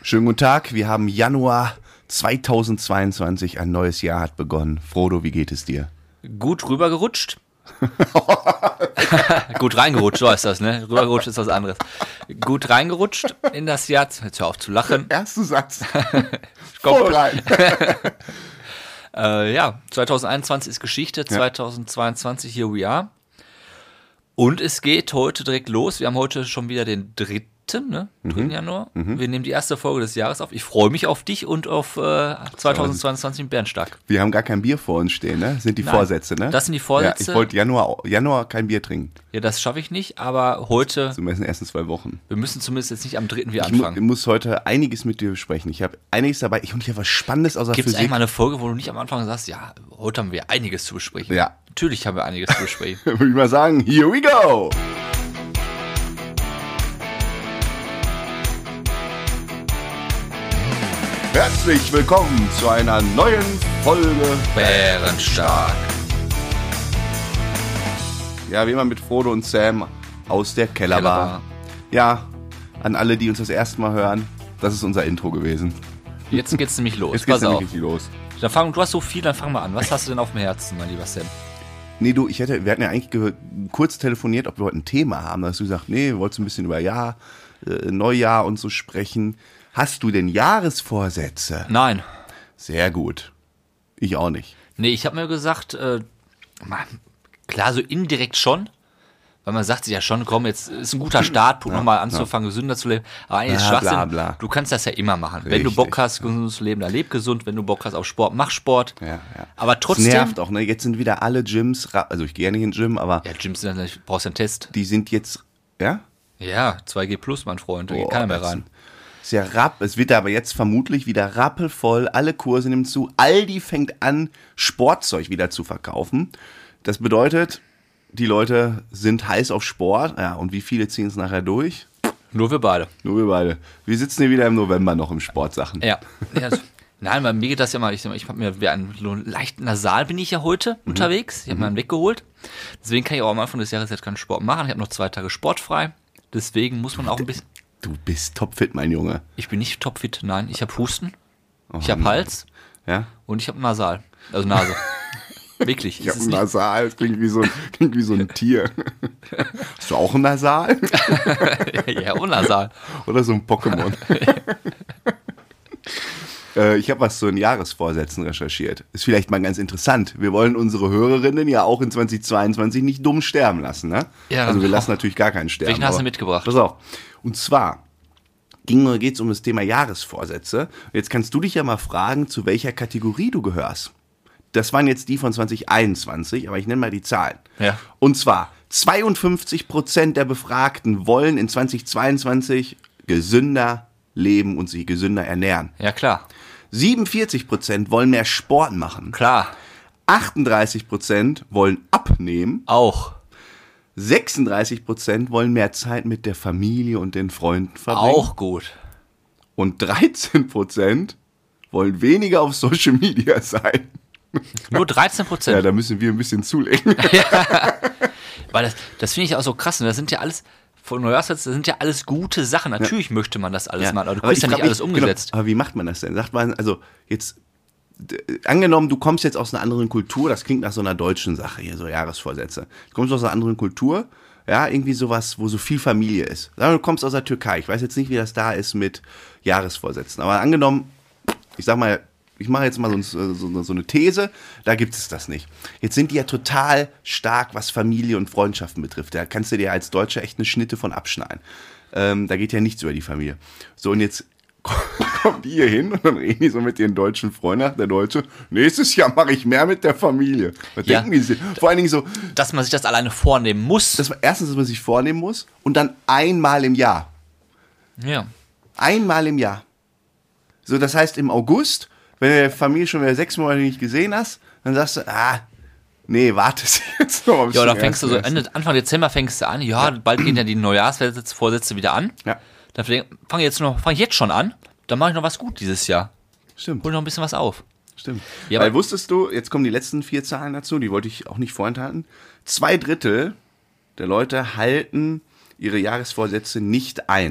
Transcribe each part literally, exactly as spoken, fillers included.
Schönen guten Tag, wir haben Januar zweitausendzweiundzwanzig, ein neues Jahr hat begonnen. Frodo, wie geht es dir? Gut rübergerutscht. Gut reingerutscht, so ist das, ne? Rübergerutscht ist was anderes. Gut reingerutscht in das Jahr, jetzt hör auf zu lachen. Erster Satz. Voll rein. äh, ja, zweitausendeinundzwanzig ist Geschichte, ja. zweitausendzweiundzwanzig, here we are. Und es geht heute direkt los. Wir haben heute schon wieder den dritten, ne? dritten Mhm. Januar. Mhm. Wir nehmen die erste Folge des Jahres auf. Ich freue mich auf dich und auf äh, zweitausendzweiundzwanzig in Bärenstark. Wir haben gar kein Bier vor uns stehen, ne? Das sind die Nein, Vorsätze, ne? Das sind die Vorsätze. Ja, ich wollte Januar, Januar kein Bier trinken. Ja, das schaffe ich nicht, aber heute... Zumindest in den ersten zwei Wochen. Wir müssen zumindest jetzt nicht am dritten wieder ich anfangen. Ich mu- muss heute einiges mit dir besprechen. Ich habe einiges dabei. Ich und ich habe was Spannendes aus der Gibt Physik. es eigentlich mal eine Folge, wo du nicht am Anfang sagst, ja, heute haben wir einiges zu besprechen? Ja. Natürlich haben wir einiges zu besprechen. Würde ich mal sagen, here we go! Herzlich willkommen zu einer neuen Folge Bärenstark. Ja, wie immer mit Frodo und Sam aus der Kellerbar. Kellerbar. Ja, an alle, die uns das erste Mal hören, das ist unser Intro gewesen. Jetzt geht's nämlich los. Jetzt geht's Pass nämlich auf. richtig los. Dann fang, du hast so viel, dann fang mal an. Was hast du denn auf dem Herzen, mein lieber Sam? Nee, du, ich hätte, wir hatten ja eigentlich ge- kurz telefoniert, ob wir heute ein Thema haben. Da hast du gesagt, nee, wir wollten ein bisschen über Jahr, äh, Neujahr und so sprechen. Hast du denn Jahresvorsätze? Nein. Sehr gut. Ich auch nicht. Nee, ich habe mir gesagt, äh, klar, so indirekt schon. Weil man sagt sich ja schon, komm, jetzt ist ein guter Startpunkt, ja, nochmal anzufangen, ja. gesünder zu leben. Aber eigentlich ist Schwachsinn. Bla, bla. Du kannst das ja immer machen. Richtig. Wenn du Bock hast, gesund zu leben, dann leb gesund. Wenn du Bock hast auf Sport, mach Sport. Ja, ja. Aber trotzdem... Das nervt auch, ne? Jetzt sind wieder alle Gyms, also ich gehe ja nicht in den Gym, aber... Ja, Gyms sind ja nicht, brauchst ja einen Test. Die sind jetzt, ja? Ja, zwei G plus, mein Freund, da geht keiner mehr rein. Ist ja rapp, es wird aber jetzt vermutlich wieder rappelvoll, alle Kurse nehmen zu, Aldi fängt an, Sportzeug wieder zu verkaufen. Das bedeutet, die Leute sind heiß auf Sport, ja, und wie viele ziehen es nachher durch? Nur wir beide. Nur wir beide. Wir sitzen hier wieder im November noch im Sportsachen. Ja. ja also, nein, bei mir geht das ja mal, ich, ich habe mir, wie ein leicht nasal bin ich ja heute mhm. unterwegs, ich habe mhm. meinen weggeholt. Deswegen kann ich auch am Anfang des Jahres jetzt keinen Sport machen, ich habe noch zwei Tage sportfrei, deswegen muss man auch ein bisschen... Du bist topfit, mein Junge. Ich bin nicht topfit, nein. Ich habe Husten, oh, ich habe Hals ja? und ich habe Nasal. Also Nase. Wirklich. Ich habe ein Nasal, das klingt wie, so, klingt wie so ein Tier. Hast du auch ein Nasal? Ja, auch Nasal. Oder so ein Pokémon. äh, ich habe was zu den Jahresvorsätzen recherchiert. Ist vielleicht mal ganz interessant. Wir wollen unsere Hörerinnen ja auch in zweitausendzweiundzwanzig nicht dumm sterben lassen, ne? Ja, also wir lassen natürlich gar keinen sterben. Welchen hast du mitgebracht? Pass auf. Und zwar geht es um das Thema Jahresvorsätze. Jetzt kannst du dich ja mal fragen, zu welcher Kategorie du gehörst. Das waren jetzt die von zweitausendeinundzwanzig, aber ich nenne mal die Zahlen. Ja. Und zwar zweiundfünfzig Prozent der Befragten wollen in zweitausendzweiundzwanzig gesünder leben und sich gesünder ernähren. Ja, klar. siebenundvierzig Prozent wollen mehr Sport machen. Klar. achtunddreißig Prozent wollen abnehmen. Auch. sechsunddreißig Prozent wollen mehr Zeit mit der Familie und den Freunden verbringen. Auch gut. Und dreizehn Prozent wollen weniger auf Social Media sein. Nur dreizehn Prozent? Ja, da müssen wir ein bisschen zulegen. Ja. Weil das, das finde ich auch so krass. Das sind ja alles, von Neujahrsvorsätze, das sind ja alles gute Sachen. Natürlich ja. möchte man das alles ja. machen, aber du kriegst ja nicht alles umgesetzt. Genau, aber wie macht man das denn? Sagt man, also jetzt... Angenommen, du kommst jetzt aus einer anderen Kultur, das klingt nach so einer deutschen Sache hier, so Jahresvorsätze. Du kommst aus einer anderen Kultur, ja, irgendwie sowas, wo so viel Familie ist. Sagen wir, du kommst aus der Türkei, ich weiß jetzt nicht, wie das da ist mit Jahresvorsätzen, aber angenommen, ich sag mal, ich mache jetzt mal so, so, so eine These, da gibt es das nicht. Jetzt sind die ja total stark, was Familie und Freundschaften betrifft. Da kannst du dir als Deutscher echt eine Schnitte von abschneiden. Ähm, da geht ja nichts über die Familie. So, und jetzt kommt die hier hin und dann reden die so mit ihren deutschen Freunden, der Deutsche, nächstes Jahr mache ich mehr mit der Familie. Was ja. denken die? Vor allen Dingen so... Dass man sich das alleine vornehmen muss. Das, erstens, dass man sich vornehmen muss und dann einmal im Jahr. Ja. Einmal im Jahr. So, das heißt im August, wenn du die Familie schon wieder sechs Monate nicht gesehen hast, dann sagst du, ah, nee, warte jetzt noch. Ja, oder fängst du so, Ende, Anfang Dezember fängst du an, ja, ja. bald gehen ja die Neujahrsvorsätze wieder an. Ja. Dann fange ich, fang ich jetzt schon an, dann mache ich noch was gut dieses Jahr. Stimmt. Hol noch ein bisschen was auf. Stimmt. Ja, weil wusstest du, jetzt kommen die letzten vier Zahlen dazu, die wollte ich auch nicht vorenthalten. Zwei Drittel der Leute halten ihre Jahresvorsätze nicht ein.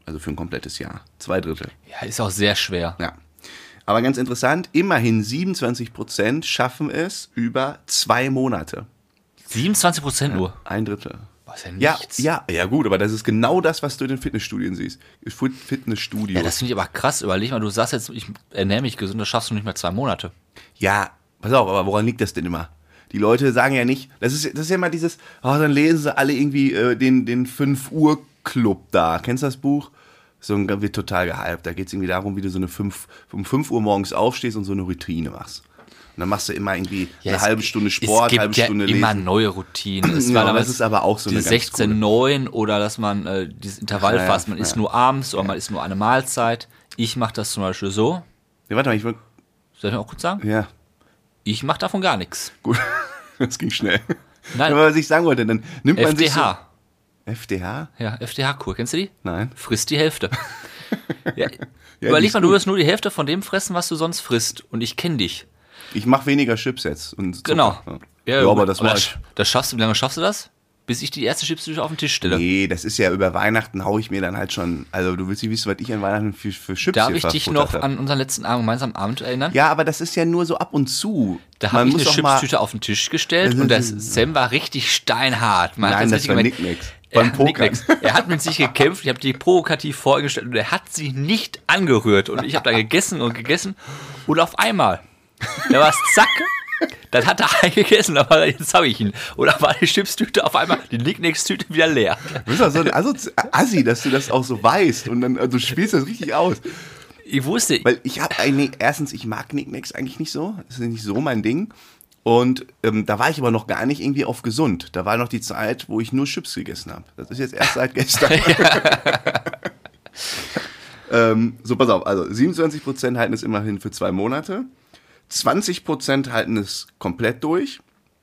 Also für ein komplettes Jahr. Zwei Drittel. Ja, ist auch sehr schwer. Ja. Aber ganz interessant, immerhin siebenundzwanzig Prozent schaffen es über zwei Monate. siebenundzwanzig Prozent nur? Ein Drittel. Was ja Ja, nichts. ja, ja gut, aber das ist genau das, was du in den Fitnessstudien siehst. Fitnessstudios. Ja, das finde ich aber krass. Überleg mal, du sagst jetzt, ich ernähre mich gesund, das schaffst du nicht mehr zwei Monate. Ja, pass auf, aber woran liegt das denn immer? Die Leute sagen ja nicht, das ist, das ist ja immer dieses, oh, dann lesen sie alle irgendwie äh, den, den fünf Uhr Club da. Kennst du das Buch? So ein, wird total gehypt. Da geht es irgendwie darum, wie du so eine fünf, um fünf Uhr morgens aufstehst und so eine Routine machst. Und dann machst du immer irgendwie Ja, eine es- halbe Stunde Sport, es gibt halbe ja Stunde immer lesen. neue Routinen. Es Ja, war aber damals das ist aber auch so die eine ganz sechzehn neun oder dass man äh, dieses Intervall Ja, ja, fasst, man ja. isst nur abends oder man isst nur eine Mahlzeit. Ich mache das zum Beispiel so. Ja, warte mal, ich will, Soll ich mal auch kurz sagen? ja, Ich mache davon gar nichts. gut, das ging schnell. Nein. Aber was ich sagen wollte, dann nimmt man F D sich so... H. F D H? Ja, F D H-Kur. Kennst du die? Nein. Frisst die Hälfte. ja, Ja, die überleg ist mal, du gut. wirst nur die Hälfte von dem fressen, was du sonst frisst. Und ich kenne dich. Ich mache weniger Chips jetzt. Und Zucker. Genau. Ja, ja, aber das war... das, das schaffst du, wie lange schaffst du das? Bis ich die erste Chipstüte auf den Tisch stelle. Nee, das ist ja über Weihnachten, hau ich mir dann halt schon, also du willst nicht wissen, was ich an Weihnachten für, für Chips Darf hier ich dich verfuttert noch hab. an unseren letzten Abend, gemeinsamen Abend erinnern? Ja, aber das ist ja nur so ab und zu. Da Man habe ich muss eine auch mal, Chipstüte auf den Tisch gestellt und das Sam war richtig steinhart. Man hat Nein, das richtig war gemerkt, Nicknacks. er, Beim Pokern. Nicknacks. Er hat mit sich gekämpft, ich habe die provokativ vorgestellt und er hat sie nicht angerührt. Und ich habe da gegessen und gegessen und auf einmal, da war es zack, dann hat er eingegessen, aber jetzt habe ich ihn. Und dann war die Chipstüte auf einmal, die Nicknacks-Tüte wieder leer. Du bist doch so ein Assozi- Assi, dass du das auch so weißt und dann, also du spielst das richtig aus. Ich wusste, Weil ich habe eigentlich, erstens, ich mag Nicknacks eigentlich nicht so, das ist nicht so mein Ding. Und ähm, da war ich aber noch gar nicht irgendwie auf gesund. Da war noch die Zeit, wo ich nur Chips gegessen habe. Das ist jetzt erst seit gestern. ähm, so, pass auf, also siebenundzwanzig Prozent halten es immerhin für zwei Monate. zwanzig Prozent halten es komplett durch.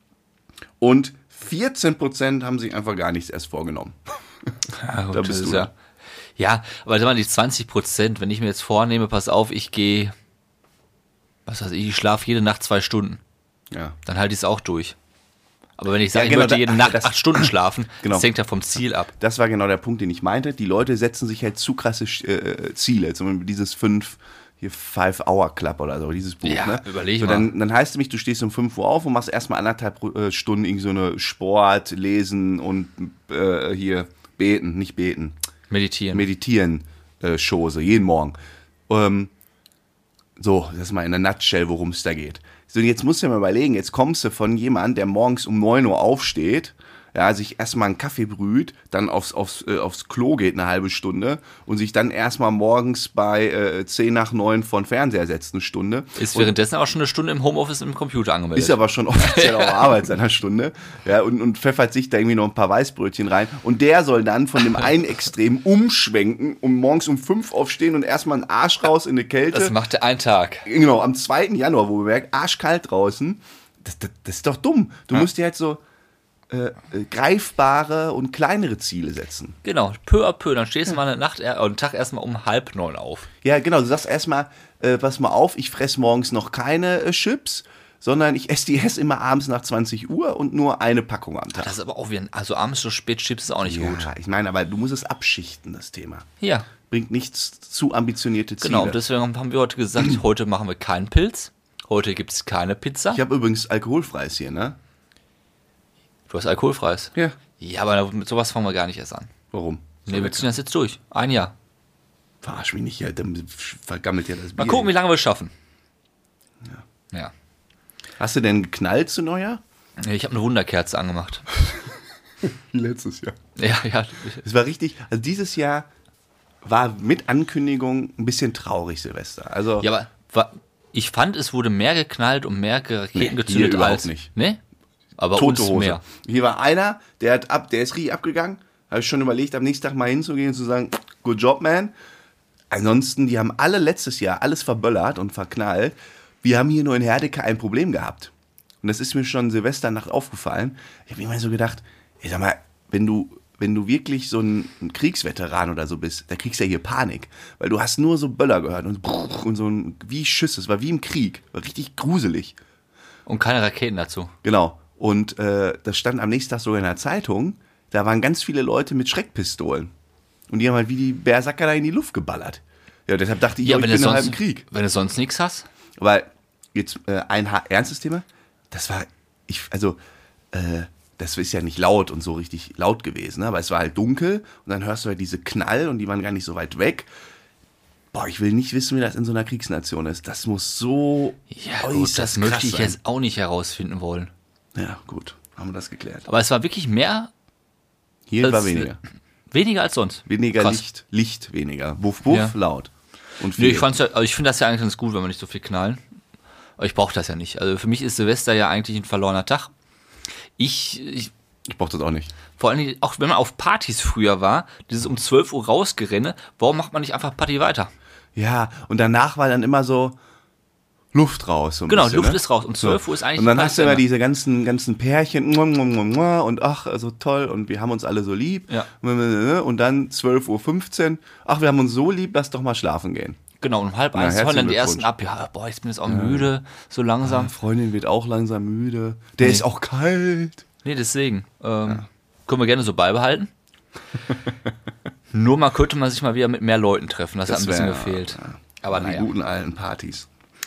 Und vierzehn Prozent haben sich einfach gar nichts erst vorgenommen. Ja, gut, Da das bist ist du. ja, ja, aber sag mal, die zwanzig Prozent, wenn ich mir jetzt vornehme, pass auf, ich gehe, was weiß ich, ich schlafe jede Nacht zwei Stunden, Ja. dann halte ich es auch durch. Aber wenn ich sage, Ja, genau, ich möchte da- jede Nacht das- acht Stunden schlafen, Genau. das hängt ja vom Ziel ab. Das war genau der Punkt, den ich meinte. Die Leute setzen sich halt zu krasse äh, Ziele. Zum Beispiel dieses fünf, hier Five-Hour-Club oder so, dieses Buch. Ja, ne? überleg so, mal. Dann, dann heißt es nämlich, du stehst um fünf Uhr auf und machst erstmal anderthalb äh, Stunden irgendwie so eine Sport, Lesen und äh, hier beten, nicht beten, Meditieren. meditieren äh, Chose, jeden Morgen. Ähm, so, das ist mal in der Nutshell, worum es da geht. So, jetzt musst du dir mal überlegen, jetzt kommst du von jemandem, der morgens um neun Uhr aufsteht, ja, sich erstmal einen Kaffee brüht, dann aufs, aufs, äh, aufs Klo geht eine halbe Stunde und sich dann erstmal morgens bei äh, zehn nach neun vor den Fernseher setzt, eine Stunde. ist und währenddessen auch schon eine Stunde im Homeoffice im Computer angemeldet. ist aber schon offiziell auf Arbeit seiner Stunde. Ja, und, und pfeffert sich da irgendwie noch ein paar Weißbrötchen rein. Und der soll dann von dem einen Extrem umschwenken und morgens um fünf aufstehen und erstmal einen Arsch raus in die Kälte. das macht er einen Tag. Genau, am zweiten Januar, wo wir merken, arschkalt draußen. Das, das, das ist doch dumm. Du Ja. musst dir halt so äh, äh, greifbare und kleinere Ziele setzen. Genau, peu à peu. Dann stehst du mal eine Nacht, äh, einen Tag erstmal um halb neun auf. Ja, genau. Du sagst erstmal, äh, pass mal auf, ich fress morgens noch keine äh, Chips, sondern ich esse die esse immer abends nach zwanzig Uhr und nur eine Packung am Tag. Das ist aber auch wie ein, also abends so spät Chips ist auch nicht gut. Ja, ich meine, aber du musst es abschichten, das Thema. Ja, Bringt nichts zu ambitionierte Ziele. genau. Und deswegen haben wir heute gesagt, heute machen wir keinen Pilz. Heute gibt es keine Pizza. Ich habe übrigens alkoholfreies hier, ne? Du hast alkoholfreies. Ja. Ja, aber mit sowas fangen wir gar nicht erst an. Warum? Nee, wir ziehen das jetzt durch. Ein Jahr. Verarsch mich nicht, ja, dann vergammelt ja das Bier. Mal gucken, wie lange wir es schaffen. Ja. Ja. Hast du denn geknallt zu Neujahr? Ich habe eine Wunderkerze angemacht. Wie letztes Jahr. Ja, ja. Es war richtig, also dieses Jahr war mit Ankündigung ein bisschen traurig, Silvester. Also, Ja, aber wa- ich fand, es wurde mehr geknallt und mehr Raketen Nee, hier gezündet überhaupt als. nicht. Nee? Aber tote uns Hose. mehr. Hier war einer, der hat ab, der ist richtig abgegangen. Habe ich schon überlegt, am nächsten Tag mal hinzugehen und zu sagen, good job, man. Ansonsten, die haben alle letztes Jahr alles verböllert und verknallt. Wir haben hier nur in Herdecke ein Problem gehabt. Und das ist mir schon Silvesternacht aufgefallen. Ich habe mir immer so gedacht, ich sag mal, wenn du, wenn du wirklich so ein, ein Kriegsveteran oder so bist, da kriegst du ja hier Panik. Weil du hast nur so Böller gehört und, und so ein, wie Schüsse. Es war wie im Krieg. War richtig gruselig. Und keine Raketen dazu. Genau. Und äh, das stand am nächsten Tag sogar in der Zeitung. Da waren ganz viele Leute mit Schreckpistolen. Und die haben halt wie die Berserker da in die Luft geballert. Ja, deshalb dachte ich, Ja, oh, ich wenn bin du im halben sonst, Krieg. wenn du sonst nichts hast. Aber jetzt äh, ein ha- ernstes Thema. Das war, ich, also, äh, das ist ja nicht laut und so richtig laut gewesen, ne? Aber es war halt dunkel und dann hörst du halt diese Knall und die waren gar nicht so weit weg. Boah, ich will nicht wissen, wie das in so einer Kriegsnation ist. Das muss so Ja, gut, das möchte ich sein. jetzt auch nicht herausfinden wollen. Ja, gut, haben wir das geklärt. Aber es war wirklich mehr, Hier als- war weniger. weniger als sonst. Weniger Krass. Licht, Licht weniger. Buff, buff, Ja. laut. Und Nee, viel. ich fand's ja, also ich finde das ja eigentlich ganz gut, wenn wir nicht so viel knallen. Aber ich brauche das ja nicht. Also für mich ist Silvester ja eigentlich ein verlorener Tag. Ich, ich ich brauch das auch nicht. vor allen Dingen, auch wenn man auf Partys früher war, dieses um zwölf Uhr rausgerenne, warum macht man nicht einfach Party weiter? Ja, und danach war dann immer so Luft raus. So ein Genau, bisschen, Luft ne? ist raus. Um zwölf Uhr ist eigentlich Und dann die hast du immer Party diese ganzen, ganzen Pärchen mua, mua, mua, mua, und ach, so toll und wir haben uns alle so lieb. Ja. Und dann zwölf Uhr fünfzehn, ach, wir haben uns so lieb, lass doch mal schlafen gehen. Genau, und um halb Na, eins herzlichen heulen dann die Glückwunsch. ersten ab. Ja, boah, ich bin jetzt auch müde, so langsam. Meine Freundin wird auch langsam müde. Der Nee. ist auch kalt. Nee, deswegen. Ähm, Können wir gerne so beibehalten. Nur mal könnte man sich mal wieder mit mehr Leuten treffen. Das, hat ein bisschen wär- gefehlt. ja. Aber Die naja. guten alten Partys.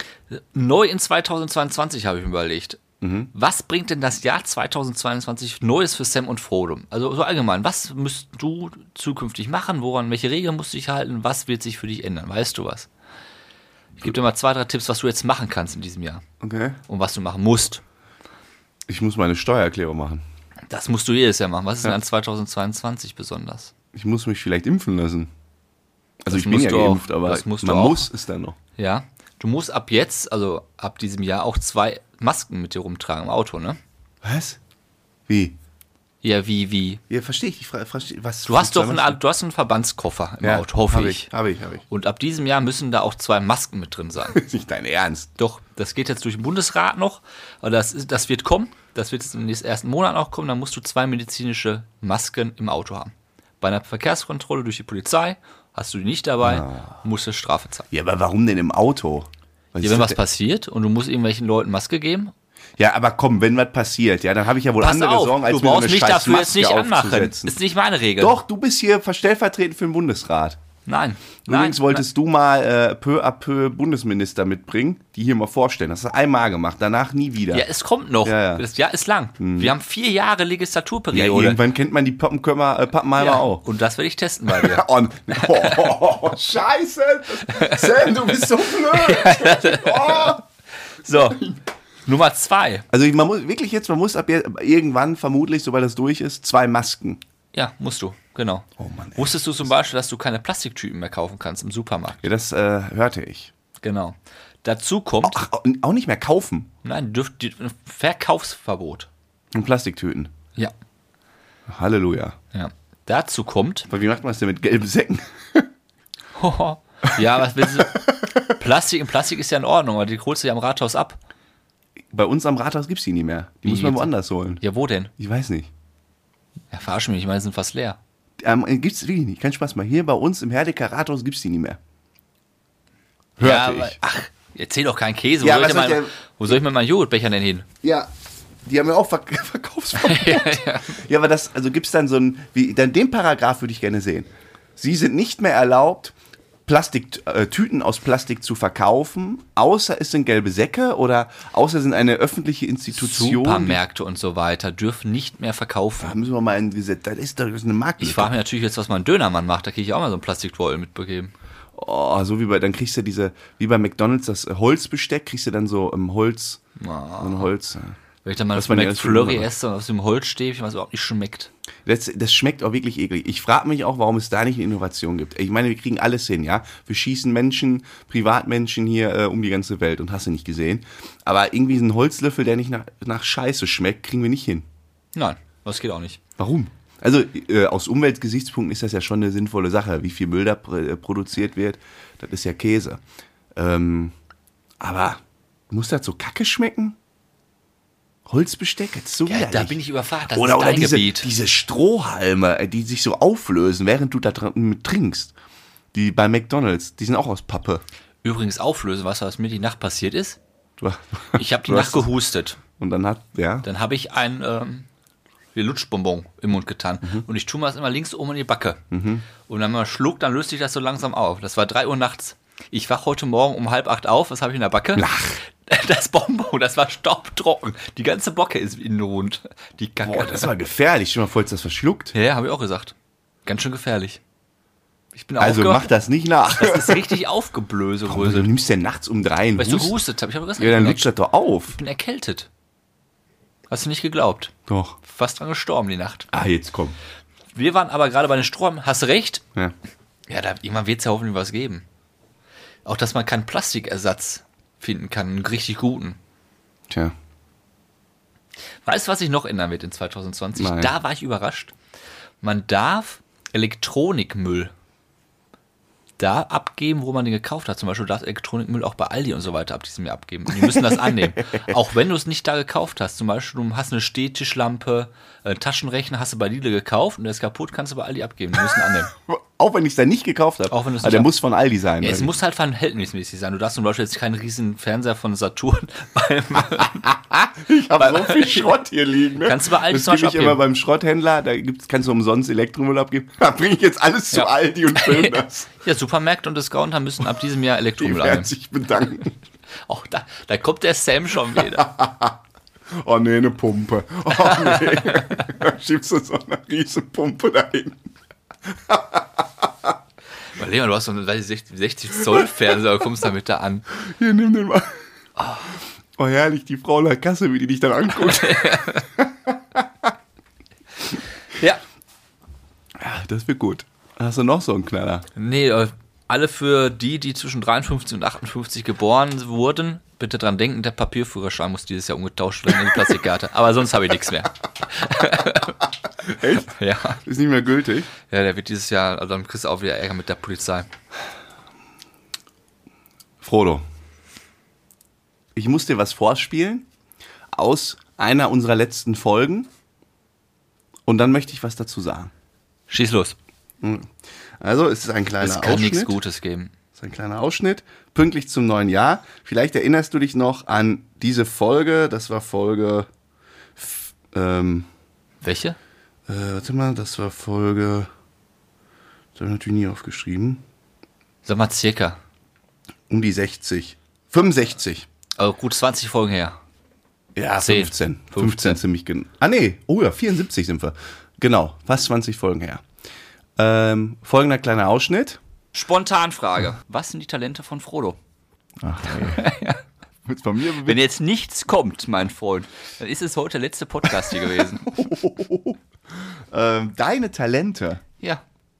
Neu in zweitausendzweiundzwanzig habe ich mir überlegt. Mhm. Was bringt denn das Jahr zweitausendzweiundzwanzig Neues für Sam und Frodo? Also so allgemein, was müsst du zukünftig machen? Woran, welche Regeln musst du dich halten? Was wird sich für dich ändern? Weißt du was? Ich gebe dir mal zwei, drei Tipps, was du jetzt machen kannst in diesem Jahr. Okay. Und was du machen musst. Ich muss meine Steuererklärung machen. Das musst du jedes Jahr machen. Was ist denn an zweitausendzweiundzwanzig besonders? Ich muss mich vielleicht impfen lassen. Also Das ich bin musst ja du auch. geimpft, aber Das musst du man auch. muss es dann noch. Ja. Du musst ab jetzt, also ab diesem Jahr, auch zwei Masken mit dir rumtragen im Auto, ne? Was? Wie? Ja, wie, wie? Ja, verstehe ich. Ich fra- verstehe, was Du hast doch einen, einen du hast einen Verbandskoffer im ja, Auto, hoffe hab ich. ich. Habe ich, habe ich. Und ab diesem Jahr müssen da auch zwei Masken mit drin sein. Ist nicht dein Ernst. Doch, das geht jetzt durch den Bundesrat noch, aber das, ist, das wird kommen. Das wird jetzt in den ersten Monaten auch kommen. Dann musst du zwei medizinische Masken im Auto haben. Bei einer Verkehrskontrolle durch die Polizei hast du die nicht dabei, musst du Strafe zahlen. Ja, aber warum denn im Auto? Was Ja, ist wenn das was denn? passiert und du musst irgendwelchen Leuten Maske geben, Ja, aber komm, wenn was passiert, ja, dann habe ich ja wohl pass andere auf, Sorgen, als du mir so brauchst eine mich scheiß dafür jetzt Maske nicht anmachen. aufzusetzen. Ist nicht meine Regel. Doch, du bist hier stellvertretend für den Bundesrat. Nein. Nein. Übrigens wolltest du mal äh, peu à peu Bundesminister mitbringen, die hier mal vorstellen. Das hast du einmal gemacht, danach nie wieder. Ja, es kommt noch. Ja, ja. Das Jahr ist lang. Wir haben vier Jahre Ja, Legislaturperiode. irgendwann kennt man die Pappenkömmer, äh, Pappenheimer Ja, auch. und das werde ich testen bei dir. Und, oh, oh, oh, scheiße. Sam, du bist so blöd. Oh. So, Nummer zwei. Also man muss wirklich jetzt, man muss ab jetzt, irgendwann vermutlich, sobald das durch ist, zwei Masken. Ja, musst du, genau. Oh Mann, ey. Wusstest du zum Beispiel, dass du keine Plastiktüten mehr kaufen kannst im Supermarkt? Ja, das äh, hörte ich. Genau. Dazu kommt, Ach, auch nicht mehr kaufen. nein, dürft, die- Verkaufsverbot. Und Plastiktüten. Ja. Halleluja. Ja. Dazu kommt, Aber wie macht man das denn mit gelben Säcken? ja, was willst du? Plastik, in Plastik ist ja in Ordnung, aber die holst du ja am Rathaus ab. Bei uns am Rathaus gibt es die nicht mehr. Die Wie muss man geht's? woanders holen. Ja, wo denn? Ich weiß nicht. Ja, verarsch mich, ich meine, die sind fast leer. Ähm, gibt's wirklich nicht. Kein Spaß mal. Hier bei uns im Herdecker Rathaus gibt es die nicht mehr. Hörte ja, aber, ich. ach, erzähl doch keinen Käse. Wo, Ja, soll, ich was denn soll mein, ich wo soll ich mit meinen Joghurtbechern denn hin? Ja, die haben ja auch Verk Verkaufsverbot. ja, ja. Ja, aber das, also gibt es dann so ein, wie, dann den Paragraph würde ich gerne sehen. Sie sind nicht mehr erlaubt, Plastik, äh, Tüten aus Plastik zu verkaufen, außer es sind gelbe Säcke oder außer es sind eine öffentliche Institution. Supermärkte und so weiter dürfen nicht mehr verkaufen. Da müssen wir mal ein Gesetz, das ist doch das ist eine Marktlücke. Ich frage mich natürlich jetzt, was mein Dönermann macht. Da kriege ich auch mal so einen Plastikbeutel mitbegeben. Oh, so wie bei, dann kriegst du diese, wie bei McDonalds, das Holzbesteck, kriegst du dann so im Holz, so ein Holz. Wenn ich dann mal Was das man ja alles McFlurry schon esse und aus dem Holzstäbchen, was überhaupt nicht schmeckt. Das, das schmeckt auch wirklich eklig. Ich frage mich auch, warum es da nicht eine Innovation gibt. Ich meine, wir kriegen alles hin, ja. Wir schießen Menschen, Privatmenschen hier äh, um die ganze Welt und hast du nicht gesehen. Aber irgendwie so ein Holzlöffel, der nicht nach, nach Scheiße schmeckt, kriegen wir nicht hin. Nein, das geht auch nicht. Warum? Also äh, aus Umweltgesichtspunkten ist das ja schon eine sinnvolle Sache. Wie viel Müll da pr- äh, produziert wird, das ist ja Käse. Ähm, aber muss das so kacke schmecken? Holzbesteck? Das ist so Ja, widerlich. da bin ich überfragt. Das Oder, ist oder dein diese, Gebiet. diese Strohhalme, äh, die sich so auflösen, während du da dran mit trinkst. Die bei McDonalds, die sind auch aus Pappe. Übrigens auflösen, weißt du, was mir die Nacht passiert ist? Du- Ich habe die du Nacht hast- gehustet. Und dann hat, ja. Dann habe ich ein, ähm, wie Lutschbonbon im Mund getan. Mhm. Und ich tue mir das immer links oben in die Backe. Mhm. Und wenn man schluckt, dann löst sich das so langsam auf. Das war drei Uhr nachts. Ich wach heute Morgen um halb acht auf. Was habe ich in der Backe? Ach. Das Bonbon, das war staubtrocken. Die ganze Bocke ist innen rund. Die Kacke. Boah, das war gefährlich. Stell dir mal vor, jetzt das verschluckt. Ja, habe ich auch gesagt. Ganz schön gefährlich. Ich bin also mach das nicht nach. Das ist richtig aufgeblöse. Warum, du nimmst ja nachts um drei einen Weil ich so gehustet habe. Ich habe gesagt, ja, dann lutscht das doch auf. Ich bin erkältet. Hast du nicht geglaubt? Doch. Fast dran gestorben die Nacht. Ah, jetzt komm. Wir waren aber gerade bei den Strohhalmen. Hast recht. Ja. Ja, da, irgendwann wird es ja hoffentlich was geben. Auch, dass man keinen Plastikersatz finden kann. Einen richtig guten. Tja. Weißt du, was sich noch ändern wird in zwanzig zwanzig? Nein. Da war ich überrascht. Man darf Elektronikmüll da abgeben, wo man den gekauft hat. Zum Beispiel darf Elektronikmüll auch bei Aldi und so weiter ab diesem Jahr abgeben. Und die müssen das annehmen. Auch wenn du es nicht da gekauft hast. Zum Beispiel, du hast eine Stehtischlampe, äh, Taschenrechner hast du bei Lidl gekauft und der ist kaputt, kannst du bei Aldi abgeben. Die müssen annehmen. Auch wenn ich es da nicht gekauft habe. Auch wenn du es Aber nicht der ab- muss von Aldi sein. Ja, es muss halt verhältnismäßig sein. Du darfst zum Beispiel jetzt keinen riesen Fernseher von Saturn beim Ich habe so viel Schrott hier liegen. Ne? Kannst du bei Aldi das zum Beispiel gebe ich immer abgeben. beim Schrotthändler. Da gibt's, kannst du umsonst Elektromüll abgeben. Da bringe ich jetzt alles zu Ja. Aldi und film das. Ja, Supermärkte und Discounter müssen ab diesem Jahr Die Elektromüll werden annehmen. sich bedanken. Auch da, da kommt der Sam schon wieder. Oh nee, eine Pumpe. Oh nee. Da schiebst du so eine riesen Pumpe dahin. Überleg mal, du hast so einen sechzig Zoll Fernseher, kommst damit da an. Hier, nimm den mal. Oh herrlich, die Frau in der Kasse, wie die dich dann anguckt. Ja. Ja, das wird gut. Hast du noch so einen Knaller? Nee, äh, alle für die, die zwischen dreiundfünfzig und achtundfünfzig geboren wurden, bitte dran denken, der Papierführerschein muss dieses Jahr umgetauscht werden in die Plastikkarte. Aber sonst habe ich nichts mehr. Echt? Ja. Ist nicht mehr gültig? Ja, der wird dieses Jahr, also dann kriegst du auch wieder Ärger mit der Polizei. Frodo, ich muss dir was vorspielen aus einer unserer letzten Folgen und dann möchte ich was dazu sagen. Schieß los. Also, es ist ein kleiner Es kann Ausschnitt. nichts Gutes geben. Das ist ein kleiner Ausschnitt, pünktlich zum neuen Jahr. Vielleicht erinnerst du dich noch an diese Folge, das war Folge, f- ähm, Welche? äh, warte mal, das war Folge, das habe ich natürlich nie aufgeschrieben, Sag mal circa. um die sechzig, fünfundsechzig. Also gut zwanzig Folgen her. Ja, Zehn. fünfzehn. fünfzehn. fünfzehn ziemlich genau. Ah nee, oh ja, vierundsiebzig sind wir. Genau, fast zwanzig Folgen her. Ähm, folgender kleiner Ausschnitt. Spontanfrage. Was sind die Talente von Frodo? Ach, ey. Jetzt bei mir Wenn jetzt nichts kommt, mein Freund, dann ist es heute der letzte Podcast hier gewesen. ähm, deine Talente. Ja.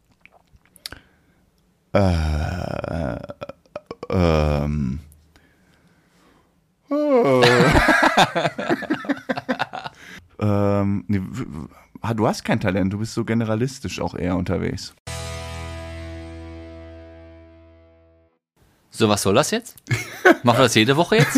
Äh, ähm. Oh. ähm, nee, w- w- ah, du hast kein Talent, du bist so generalistisch auch eher unterwegs. So, was soll das jetzt? Machen wir das jede Woche jetzt?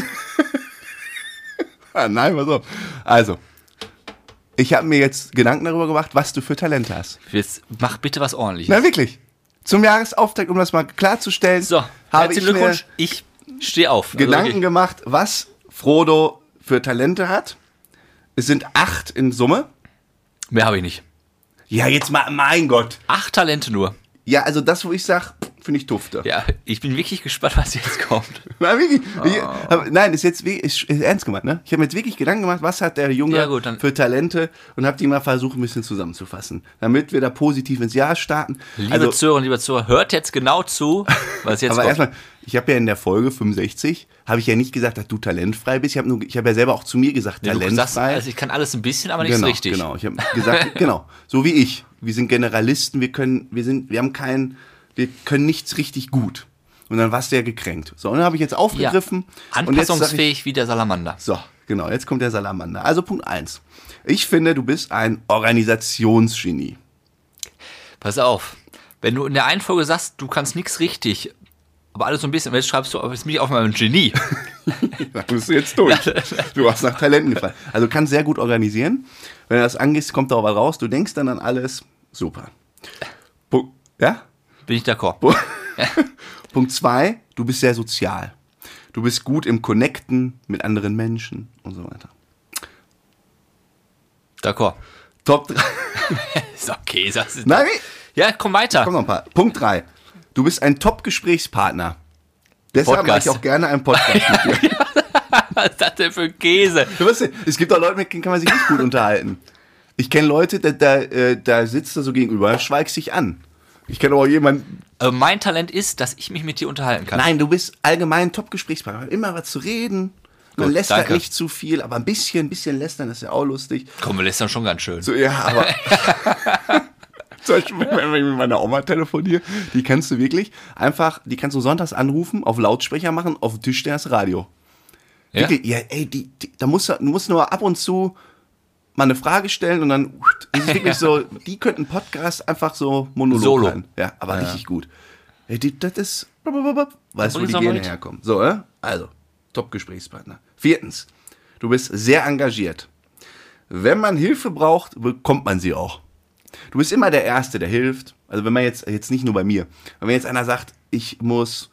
Ah, nein, pass auf. Also, ich habe mir jetzt Gedanken darüber gemacht, was du für Talente hast. Jetzt mach bitte was Ordentliches. Na wirklich. Zum Jahresauftakt, um das mal klarzustellen, So, habe herzlichen ich mir Glückwunsch. Ich stehe auf. Also Gedanken wirklich. gemacht, was Frodo für Talente hat. Es sind acht in Summe. Mehr habe ich nicht. Ja, jetzt mal, mein Gott. Acht Talente nur. Ja, also das, wo ich sage, finde ich dufte. Ja, ich bin wirklich gespannt, was jetzt kommt. Nein, wirklich. Ich, Oh. hab, nein, ist jetzt wirklich- ist, ist ernst gemeint, ne? Ich habe mir jetzt wirklich Gedanken gemacht, was hat der Junge Ja, gut, dann- für Talente und habe die mal versucht, ein bisschen zusammenzufassen, damit wir da positiv ins Jahr starten. Liebe Also, Zuhörer, lieber Zuhörer, hört jetzt genau zu, was jetzt aber kommt. erstmal, ich habe ja in der Folge fünfundsechzig, habe ich ja nicht gesagt, dass du talentfrei bist. Ich habe ich hab ja selber auch zu mir gesagt, Ja, du sagst, talentfrei. also ich kann alles ein bisschen, aber genau, nichts richtig. Genau, ich habe gesagt, genau, so wie ich. Wir sind Generalisten, wir können, wir sind, wir haben keinen, wir können nichts richtig gut. Und dann warst du ja gekränkt. So, und dann habe ich jetzt Ja. aufgegriffen. Und jetzt sag ich, Anpassungsfähig wie der Salamander. so, genau, jetzt kommt der Salamander. Also Punkt eins. Ich finde, du bist ein Organisationsgenie. Pass auf, wenn du in der einen Folge sagst, du kannst nichts richtig, aber alles so ein bisschen, und jetzt schreibst du, aber jetzt bin ich auf meinem Genie. Da musst du jetzt durch. Du hast nach Talenten gefragt. Also du kannst sehr gut organisieren. Wenn du das angehst, kommt da auch was raus. Du denkst dann an alles. Super. Punkt, ja? Bin ich d'accord. Punkt zwei, du bist sehr sozial. Du bist gut im Connecten mit anderen Menschen und so weiter. D'accord. Top drei. Ist okay, das ist Nein, Ja, komm weiter. komm noch ein paar. Punkt drei. Du bist ein Top-Gesprächspartner. Deshalb Podcast. mache ich auch gerne einen Podcast mit dir. Was ist das denn für ein Käse? Du weißt, es gibt auch Leute, mit denen kann man sich nicht gut unterhalten. Ich kenne Leute, da, da, äh, da sitzt er so gegenüber, schweigst dich an. Ich kenne auch jemanden. Also mein Talent ist, dass ich mich mit dir unterhalten kann. Nein, du bist allgemein Top-Gesprächspartner. Immer was zu reden. Man Gut, lästert danke. nicht zu viel, aber ein bisschen, ein bisschen lästern ist ja auch lustig. Komm, wir lästern schon ganz schön. So, ja, aber. Zum Beispiel, wenn ich mit meiner Oma telefoniere, die kannst du wirklich einfach, die kannst du sonntags anrufen, auf Lautsprecher machen, auf den Tisch stehen das Radio. Ja? Wirklich, ja, ey, die, die, da musst du, du musst nur ab und zu mal eine Frage stellen und dann ist es wirklich so, die könnten Podcast einfach so Monolog Solo. halten. Ja, aber Ja. richtig gut. Ey, die, das ist, weißt du, wo bring's die doch mal Gene mit. herkommen. So, äh? Also, Top-Gesprächspartner. Viertens, du bist sehr engagiert. Wenn man Hilfe braucht, bekommt man sie auch. Du bist immer der Erste, der hilft. Also wenn man jetzt, jetzt nicht nur bei mir, wenn jetzt einer sagt, ich muss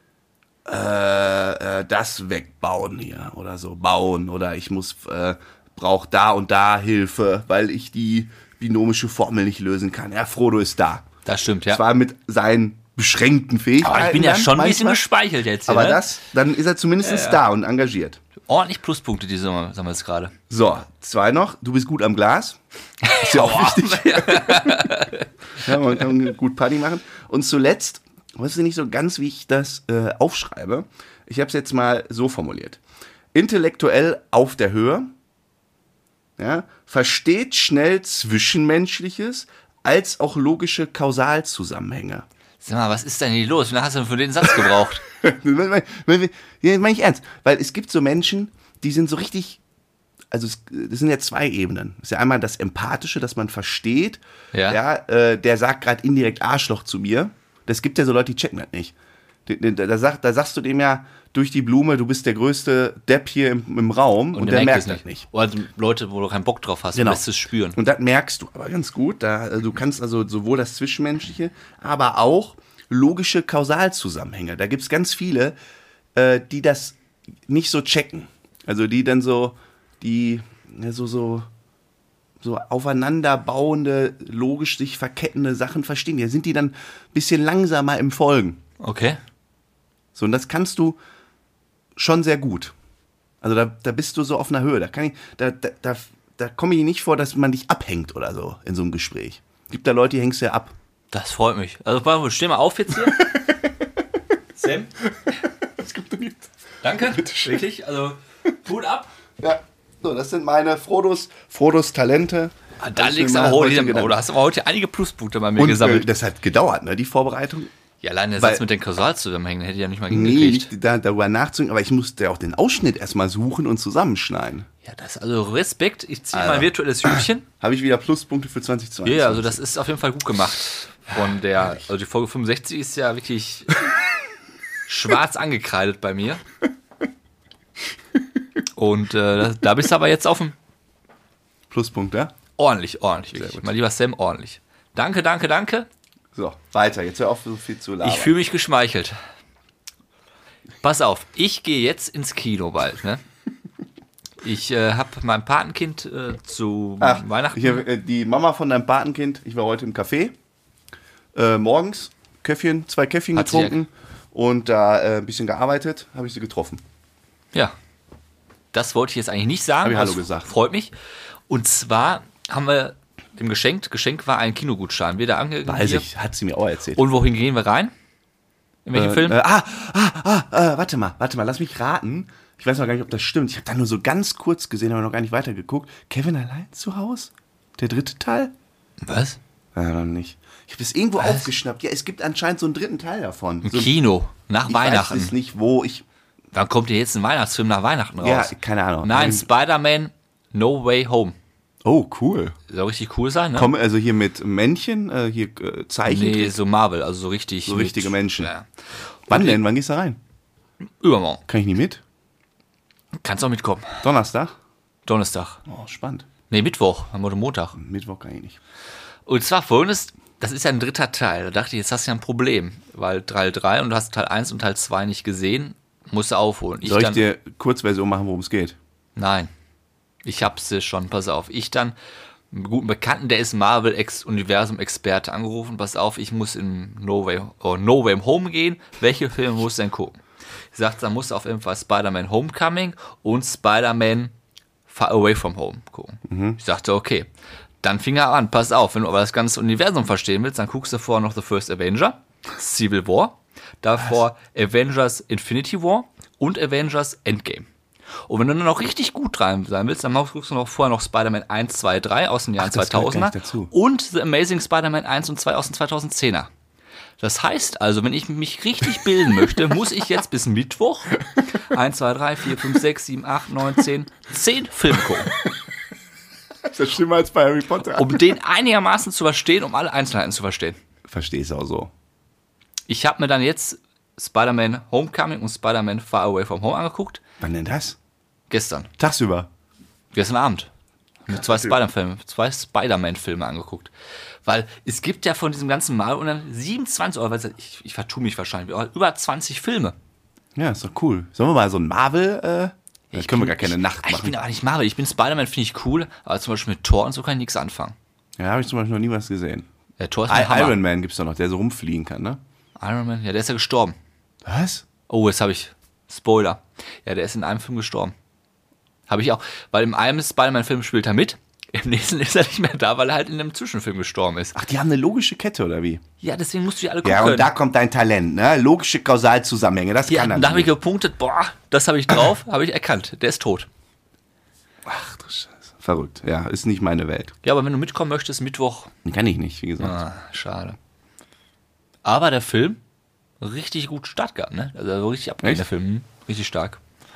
äh, äh, das wegbauen hier oder so, bauen oder ich muss, äh, brauche da und da Hilfe, weil ich die binomische Formel nicht lösen kann. Ja, Frodo ist da. Das stimmt, ja. Zwar mit seinen beschränkten Fähigkeiten. Aber ich bin ja dann schon ein bisschen manchmal, gespeichelt jetzt hier, aber ne? das, dann ist er zumindest Ja, ja. da und engagiert. Ordentlich Pluspunkte, die sagen wir jetzt gerade. So, zwei noch. Du bist gut am Glas. Ist ja auch wichtig. Ja, man kann gut Party machen. Und zuletzt, weißt du nicht so ganz, wie ich das äh, aufschreibe? Ich habe es jetzt mal so formuliert. Intellektuell auf der Höhe, ja, versteht schnell Zwischenmenschliches als auch logische Kausalzusammenhänge. Sag mal, was ist denn hier los? Wie lange hast du denn für den Satz gebraucht? Ja, meine ich ernst. Weil es gibt so Menschen, die sind so richtig, also es, das sind ja zwei Ebenen. Das ist ja einmal das Empathische, dass man versteht. Ja. Ja, äh, der sagt gerade indirekt Arschloch zu mir. Das gibt ja so Leute, die checken das nicht. Da, da, da, sag, da sagst du dem ja durch die Blume, du bist der größte Depp hier im, im Raum und, der merkt das nicht. Oder Leute, wo du keinen Bock drauf hast, Genau. du lässt es spüren. Und das merkst du aber ganz gut. Da, also du kannst also sowohl das Zwischenmenschliche, aber auch logische Kausalzusammenhänge. Da gibt es ganz viele, äh, die das nicht so checken. Also die dann so, die ja, so, so, so aufeinanderbauende, logisch sich verkettende Sachen verstehen. Da sind die dann ein bisschen langsamer im Folgen. Okay. So, und das kannst du schon sehr gut. Also da, da bist du so auf einer Höhe. Da kann ich, da, da, da, da komme ich nicht vor, dass man dich abhängt oder so in so einem Gespräch. Gibt da Leute, die hängst du ja ab. Das freut mich. Also, warte mal, steh mal auf jetzt hier. Sam. Das gibt nicht. Danke. Wirklich, also, Hut ab. Ja. So, das sind meine Frodos, Frodos Talente. Ah, da Hab ich legst mir du aber mal heute, gedacht. oh, da hast du aber heute einige Pluspunkte bei mir Und äh, gesammelt. das hat gedauert, ne, die Vorbereitung. Ja, allein der weil- Satz mit den Kausalzusammenhängen hätte ich ja nicht mal Nee, hingekriegt. nicht da, darüber nachzudenken, aber ich musste ja auch den Ausschnitt erstmal suchen und zusammenschneiden. Ja, das ist also Respekt. Ich ziehe Alter. mein virtuelles Hütchen. Habe ich wieder Pluspunkte für zwanzig zwanzig. Ja, also das ist auf jeden Fall gut gemacht. Von der, also die Folge fünfundsechzig ist ja wirklich schwarz angekreidet bei mir. Und äh, da bist du aber jetzt auf dem Pluspunkt, ja? ordentlich, ordentlich. Wirklich. gut. Mein lieber Sam, ordentlich. Danke, danke, danke. So, weiter. Jetzt hör auf, so viel zu labern. Ich fühle mich geschmeichelt. Pass auf, ich gehe jetzt ins Kino bald. Ne? Ich äh, habe mein Patenkind äh, zu Ach, Weihnachten. Hier, äh, die Mama von deinem Patenkind, ich war heute im Café, äh, morgens, Käffchen, zwei Käffchen Hat sie getrunken und da äh, ein bisschen gearbeitet, habe ich sie getroffen. Ja, das wollte ich jetzt eigentlich nicht sagen. Hab ich Hallo Das gesagt. Freut mich. Und zwar haben wir dem geschenkt, Geschenk war ein Kinogutschein. Wir da angegeben. Weiß hier. ich, hat sie mir auch erzählt. Und wohin gehen wir rein? In welchen äh, Film? Äh, ah, ah, ah, äh, warte mal, warte mal, lass mich raten. Ich weiß noch gar nicht, ob das stimmt. Ich habe da nur so ganz kurz gesehen, aber noch gar nicht weitergeguckt. Kevin allein zu Hause? Der dritte Teil? Was? Ja, noch nicht. Ich habe das irgendwo Was? aufgeschnappt. Ja, es gibt anscheinend so einen dritten Teil davon. Im So, Kino, nach ich Weihnachten. weiß es nicht, wo. Ich, Wann kommt hier jetzt ein Weihnachtsfilm nach Weihnachten raus? ja, keine Ahnung. Nein, Ähm, Spider-Man No Way Home. Oh, cool. Soll richtig cool sein, ne? Komm, also hier mit Männchen, äh, hier äh, Zeichen. Nee, so Marvel, also so richtig. So mit- richtige Menschen. Ja. Wann denn? Wann gehst du rein? Übermorgen. Kann ich nicht mit? Kannst auch mitkommen. Donnerstag? Donnerstag. Oh, spannend. Nee, Mittwoch. Haben wir heute Montag. Mittwoch kann ich nicht. Und zwar folgendes, das ist ja ein dritter Teil. Da dachte ich, jetzt hast du ja ein Problem. Weil Teil drei und du hast Teil eins und Teil zwei nicht gesehen, musst du aufholen. Ich Soll ich dann, dir Kurzversion machen, worum es geht? Nein. Ich hab's dir schon, pass auf. Ich dann einen guten Bekannten, der ist Marvel-Universum-Experte, angerufen. Pass auf, ich muss in No Way, oh, No Way Home gehen. Welche Filme muss ich denn gucken? Ich sagte, dann musst du auf jeden Fall Spider-Man Homecoming und Spider-Man Far Away From Home gucken. Mhm. Ich sagte, okay. Dann fing er an, pass auf, wenn du aber das ganze Universum verstehen willst, dann guckst du vorher noch The First Avenger, Civil War, davor Was? Avengers Infinity War und Avengers Endgame. Und wenn du dann noch richtig gut dran sein willst, dann guckst du noch vorher noch Spider-Man eins, zwei, drei aus den Jahren Ach, zweitausender und The Amazing Spider-Man eins und zwei aus den zweitausendzehner. Das heißt also, wenn ich mich richtig bilden möchte, muss ich jetzt bis Mittwoch eins, zwei, drei, vier, fünf, sechs, sieben, acht, neun, zehn, zehn Filme gucken. Das ist schlimmer als bei Harry Potter. Um den einigermaßen zu verstehen, um alle Einzelheiten zu verstehen. Verstehe es auch so. Ich habe mir dann jetzt Spider-Man Homecoming und Spider-Man Far Away From Home angeguckt. Wann denn das? Gestern. Tagsüber? Gestern Abend. Mit zwei Spider-Man-Filme, zwei Spider-Man-Filme angeguckt. Weil es gibt ja von diesem ganzen Mal und dann siebenundzwanzig, oder ich, ich vertue mich wahrscheinlich, über zwanzig Filme. Ja, ist doch cool. Sollen wir mal so ein Marvel, äh, ich können wir gar keine ich, Nacht machen. Ich bin aber nicht Marvel, ich bin Spider-Man, finde ich cool, aber zum Beispiel mit Thor und so kann ich nichts anfangen. Ja, habe ich zum Beispiel noch nie was gesehen. Ja, Thor ist ein Hammer. Iron Man gibt es doch noch, der so rumfliegen kann, ne? Iron Man, ja, der ist ja gestorben. Was? Oh, jetzt habe ich Spoiler. Ja, der ist in einem Film gestorben. Habe ich auch, weil im einen Spider-Man-Film spielt er mit, im nächsten ist er nicht mehr da, weil er halt in einem Zwischenfilm gestorben ist. Ach, die haben eine logische Kette, oder wie? Ja, deswegen musst du die alle gucken. Ja, und da kommt dein Talent, ne? Logische Kausalzusammenhänge, das ja, kann er nicht. Da habe ich gepunktet, boah, das habe ich drauf, habe ich erkannt, der ist tot. Ach du Scheiße. Verrückt, ja, ist nicht meine Welt. Ja, aber wenn du mitkommen möchtest, Mittwoch. Kann ich nicht, wie gesagt. Ah, schade. Aber der Film, richtig gut Start gehabt, ne? Also richtig abgehend, der Film, richtig stark.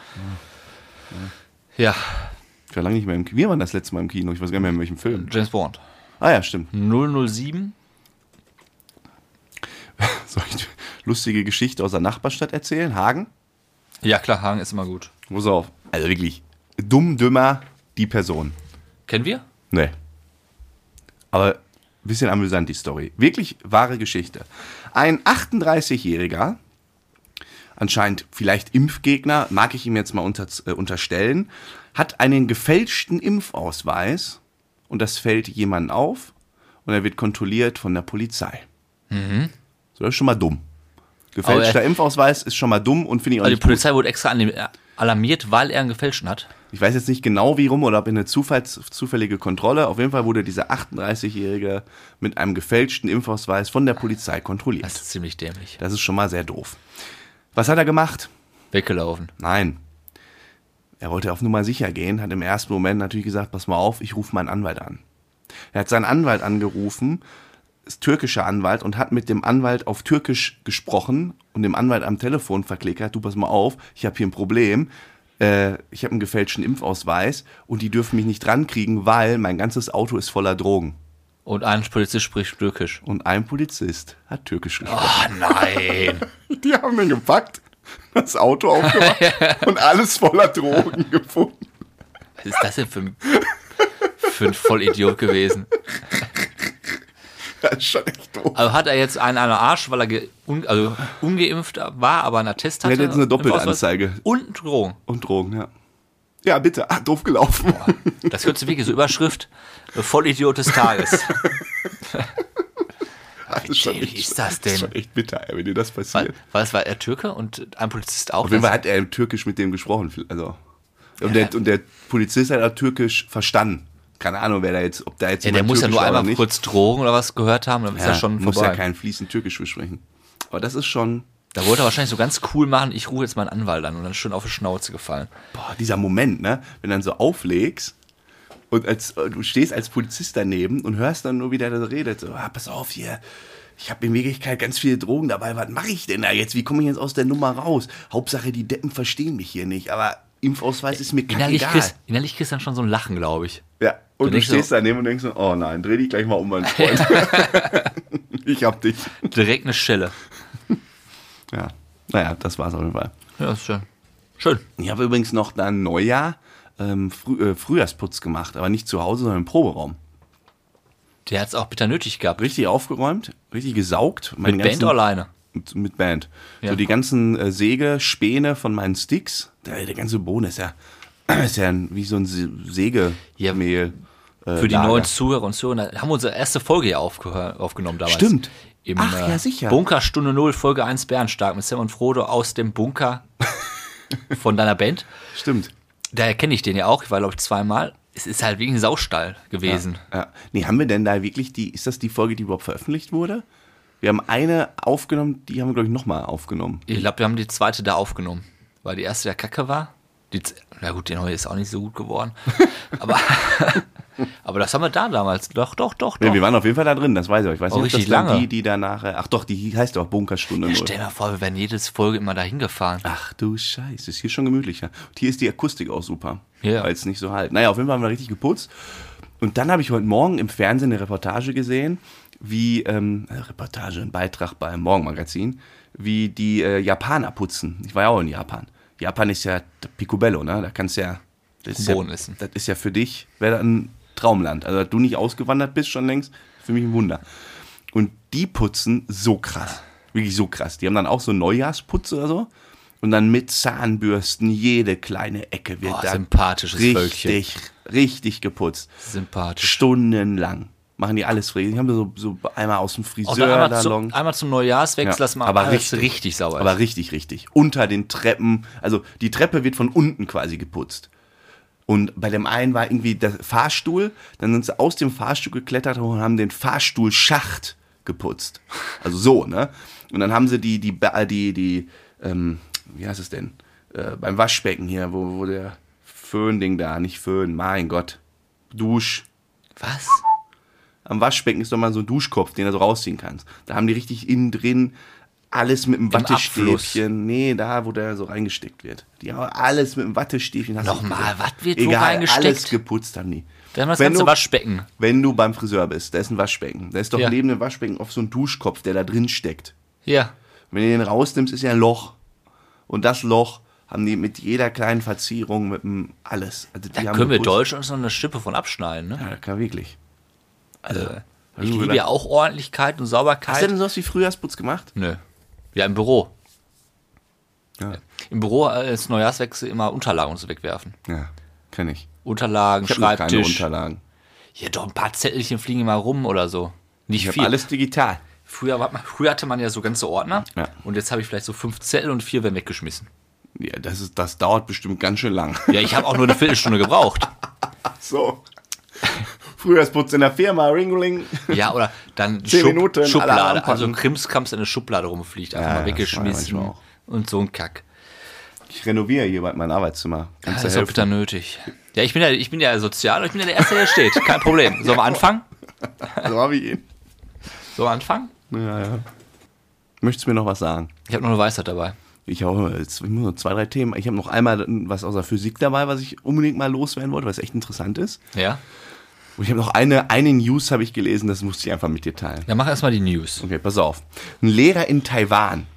Ja. ja. Ich war lange nicht mehr im Kino. Wir waren das letzte Mal im Kino, ich weiß gar nicht mehr in welchem Film. James Bond. Ah ja, stimmt. null null sieben. Soll ich lustige Geschichte aus der Nachbarstadt erzählen? Hagen? Ja klar, Hagen ist immer gut. Pass auf. Also wirklich, dumm, dümmer, die Person. Kennen wir? Nee. Aber ein bisschen amüsant die Story. Wirklich wahre Geschichte. Ein achtunddreißigjähriger, anscheinend vielleicht Impfgegner, mag ich ihm jetzt mal unter, äh, unterstellen, hat einen gefälschten Impfausweis und das fällt jemandem auf und er wird kontrolliert von der Polizei. Mhm. So, das ist schon mal dumm. Gefälschter er, Impfausweis ist schon mal dumm und finde ich auch also nicht die Polizei gut. wurde extra alarmiert, weil er einen gefälschten hat. Ich weiß jetzt nicht genau wie rum oder ob in eine Zufalls, zufällige Kontrolle. Auf jeden Fall wurde dieser achtunddreißigjährige mit einem gefälschten Impfausweis von der Polizei kontrolliert. Das ist ziemlich dämlich. Das ist schon mal sehr doof. Was hat er gemacht? Weggelaufen. Nein. Er wollte auf Nummer sicher gehen, hat im ersten Moment natürlich gesagt, pass mal auf, ich rufe meinen Anwalt an. Er hat seinen Anwalt angerufen, ist türkischer Anwalt und hat mit dem Anwalt auf Türkisch gesprochen und dem Anwalt am Telefon verklickert, du pass mal auf, ich habe hier ein Problem, äh, ich habe einen gefälschten Impfausweis und die dürfen mich nicht drankriegen, weil mein ganzes Auto ist voller Drogen. Und ein Polizist spricht Türkisch. Und ein Polizist hat Türkisch gesprochen. Oh nein! Die haben ihn gepackt, das Auto aufgemacht und alles voller Drogen gefunden. Was ist das denn für ein, für ein Vollidiot gewesen? Das ist schon echt doof. Also hat er jetzt einen an der Arsch, weil er ge, un, also ungeimpft war, aber einen Attest hatte? Er hat jetzt eine doppelte Anzeige. Und Drogen. Und Drogen, ja. Ja, bitte. Ah, doof gelaufen. Boah, das hört sich wirklich so Überschrift, Vollidiot des Tages. Das ist schon Wie echt, ist das denn? Das ist schon echt bitter, ey, wenn dir das passiert. Weil es war er Türke und ein Polizist auch. Auf jeden Fall hat er Türkisch mit dem gesprochen. Also. Und, ja. der, und der Polizist hat auch Türkisch verstanden. Keine Ahnung, wer da jetzt, ob da jetzt ja, der muss ja nur einmal kurz Drogen oder was gehört haben, dann ist ja, er schon muss vorbei. Ja kein fließend Türkisch besprechen. Aber das ist schon... Da wollte er wahrscheinlich so ganz cool machen, ich rufe jetzt meinen Anwalt an und dann ist schon auf die Schnauze gefallen. Boah, dieser Moment, ne? Wenn du dann so auflegst und als, du stehst als Polizist daneben und hörst dann nur, wie der da redet. So, ah, pass auf hier, ich habe in Wirklichkeit ganz viele Drogen dabei, was mache ich denn da jetzt? Wie komme ich jetzt aus der Nummer raus? Hauptsache, die Deppen verstehen mich hier nicht, aber Impfausweis ist mir innerlich kackegal. Kriegst, innerlich kriegst du dann schon so ein Lachen, glaube ich. Ja, und du, du stehst so, daneben und denkst so, oh nein, dreh dich gleich mal um, mein Freund. Ich hab dich. Direkt eine Schelle. Ja, naja, das war's auf jeden Fall. Ja, ist schön. Schön. Ich habe übrigens noch dann Neujahr ähm, Früh, äh, Frühjahrsputz gemacht, aber nicht zu Hause, sondern im Proberaum. Der hat es auch bitter nötig gehabt. Richtig aufgeräumt, richtig gesaugt. Mit Band oder alleine? Mit, mit Band. Ja. So die ganzen äh, Sägespäne von meinen Sticks, der, der ganze Boden ist ja, ist ja wie so ein Sägemehl. Ja. äh, Für die Lager. neuen Zuhörer und Zuhörer haben wir unsere erste Folge hier aufgehör, aufgenommen damals. Stimmt. Im Ach, äh, ja, sicher. Bunker Stunde Null, Folge eins Bärenstark mit Sam und Frodo aus dem Bunker von deiner Band. Stimmt. Daher kenne ich den ja auch, ich war glaube ich zweimal. Es ist halt wie ein Saustall gewesen. Ja, ja. Nee, haben wir denn da wirklich die, ist das die Folge, die überhaupt veröffentlicht wurde? Wir haben eine aufgenommen, die haben wir, glaube ich, nochmal aufgenommen. Ich glaube, wir haben die zweite da aufgenommen, weil die erste ja kacke war. Die, na gut, die neue ist auch nicht so gut geworden. aber, aber das haben wir da damals. Doch, doch, doch, doch. Ja, wir waren auf jeden Fall da drin, das weiß ich. Ich weiß Auch nicht, ob richtig das dann lange. die, die danach, ach doch, die heißt auch Bunkerstunde Ja, null. stell dir mal vor, wir wären jedes Folge immer dahin gefahren. Ach du Scheiße, ist hier schon gemütlicher. Und hier ist die Akustik auch super, Ja. weil es nicht so halt. Naja, auf jeden Fall haben wir richtig geputzt. Und dann habe ich heute Morgen im Fernsehen eine Reportage gesehen, wie, ähm, eine Reportage, ein Beitrag beim Morgenmagazin, wie die äh, Japaner putzen. Ich war ja auch in Japan. Japan ist ja Picobello, ne? Da kannst du ja, das ist ja, Boden essen. das ist ja für dich, wäre das ein Traumland. Also, dass du nicht ausgewandert bist schon längst, für mich ein Wunder. Und die putzen so krass, wirklich so krass. Die haben dann auch so Neujahrsputz oder so. Und dann mit Zahnbürsten jede kleine Ecke wird Boah, da sympathisches Völkchen. richtig, richtig geputzt. Sympathisch. Stundenlang machen die alles frisch. Die haben so, so einmal aus dem Und dann einmal, zu, Friseursalon. einmal zum Neujahrswechsel, Ja, dass man aber alles richtig. richtig, sauber ist. Aber richtig, richtig. Unter den Treppen. Also die Treppe wird von unten quasi geputzt. Und bei dem einen war irgendwie der Fahrstuhl. Dann sind sie aus dem Fahrstuhl geklettert und haben den Fahrstuhlschacht geputzt. Also so, ne? Und dann haben sie die, die, die, die, die ähm, wie heißt es denn? Äh, beim Waschbecken hier, wo, wo der Föhnding da, nicht Föhn, mein Gott. Dusch. Was? Am Waschbecken ist doch mal so ein Duschkopf, den du so rausziehen kannst. Da haben die richtig innen drin alles mit einem Wattestäbchen. Nee, da, wo der so reingesteckt wird. Die haben alles mit einem Wattestäbchen. Hast du Nochmal, gesehen. was wird wo Egal, reingesteckt? alles geputzt haben die. Da haben wir das Wenn ganze du- Waschbecken. Wenn du beim Friseur bist, da ist ein Waschbecken. Da ist doch Ja. neben dem Waschbecken oft so ein Duschkopf, der da drin steckt. Ja. Wenn du den rausnimmst, ist ja ein Loch. Und das Loch haben die mit jeder kleinen Verzierung, mit dem alles. Also die Da haben können wir geputzt. Deutsch uns noch eine Schippe von abschneiden, ne? Ja, das kann wirklich. Also, Ich hab ich liebe gedacht, ja auch Ordentlichkeit und hast Sauberkeit. du denn sowas wie Frühjahrsputz gemacht? Nö. Ja, im Büro. Ja, Im Büro äh, ist Neujahrswechsel immer Unterlagen und so wegwerfen. ja kenn ich. Unterlagen, Ich habe noch keine Schreibtisch. Unterlagen. Ja, doch ein paar Zettelchen fliegen immer rum oder so. Nicht Ich habe viel. alles digital. Früher, war man, früher hatte man ja so ganze Ordner. Ja. Und jetzt habe ich vielleicht so fünf Zettel und vier werden weggeschmissen. Ja, das, ist, das dauert bestimmt ganz schön lang. Ja, ich habe auch nur eine Viertelstunde gebraucht. So. Frühjahrsputz in der Firma, Ringling. Ja, oder dann Zehn Minuten, alle Schublade. anpacken. Also Krimskrams in eine Schublade rumfliegt. Einfach Ja, mal das weggeschmissen. war manchmal Und so ein Kack. Ich renoviere hier bald mein Arbeitszimmer. Ja, Kannst das du ist auch helfen? bitter nötig. Ja, ich bin ja, ich bin ja sozial und ich bin ja der Erste, der steht. Kein Problem. Sollen wir anfangen? So habe ich ihn. Sollen wir anfangen? Ja, ja. Möchtest du mir noch was sagen? Ich habe noch eine Weisheit dabei. Ich habe jetzt ich muss noch zwei, drei Themen. Ich habe noch einmal was aus der Physik dabei, was ich unbedingt mal loswerden wollte, was echt interessant ist. Ja? Und ich habe noch eine, eine News habe ich gelesen, das musste ich einfach mit dir teilen. Ja, mach erstmal die News. Okay, pass auf. Ein Lehrer in Taiwan.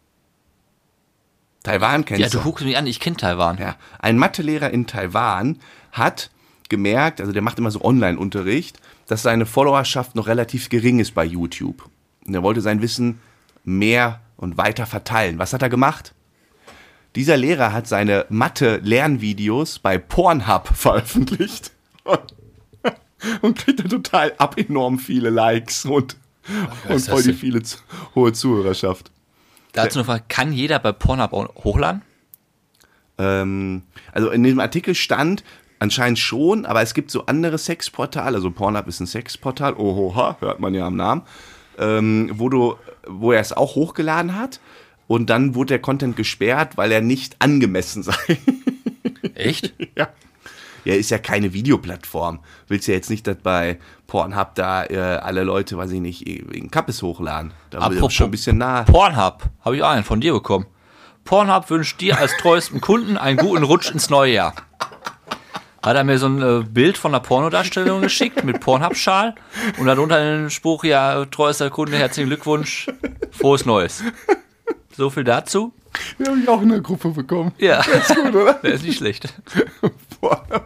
Taiwan kennst Ja, du guckst mich an, ich kenne Taiwan. Ja, ein Mathelehrer in Taiwan hat gemerkt, also der macht immer so Online-Unterricht, dass seine Followerschaft noch relativ gering ist bei YouTube. Und er wollte sein Wissen mehr und weiter verteilen. Was hat er gemacht? Dieser Lehrer hat seine Mathe-Lernvideos bei Pornhub veröffentlicht und kriegt dann total abenorm viele Likes und, und ist das voll die denn? viele zu, hohe Zuhörerschaft. Dazu noch mal, kann jeder bei Pornhub auch hochladen? Ähm, also in dem Artikel stand anscheinend schon, aber es gibt so andere Sexportale, also Pornhub ist ein Sexportal, ohoha, hört man ja am Namen, ähm, wo du, wo er es auch hochgeladen hat und dann wurde der Content gesperrt, weil er nicht angemessen sei. Echt? Ja. Ja, ist ja keine Videoplattform. Willst ja jetzt nicht, dass bei Pornhub da äh, alle Leute, weiß ich nicht, wegen Kappes hochladen. Da wird Apropos schon ein bisschen nah. Pornhub, habe ich auch einen von dir bekommen. Pornhub wünscht dir als treuesten Kunden einen guten Rutsch ins neue Jahr. Hat er mir so ein äh, Bild von einer Pornodarstellung geschickt mit Pornhub-Schal und darunter den Spruch, ja, treuester Kunde, herzlichen Glückwunsch, frohes Neues. So viel dazu. Den habe ich auch in der Gruppe bekommen. Ja, Ist gut, oder? der ist nicht schlecht. Pornhub.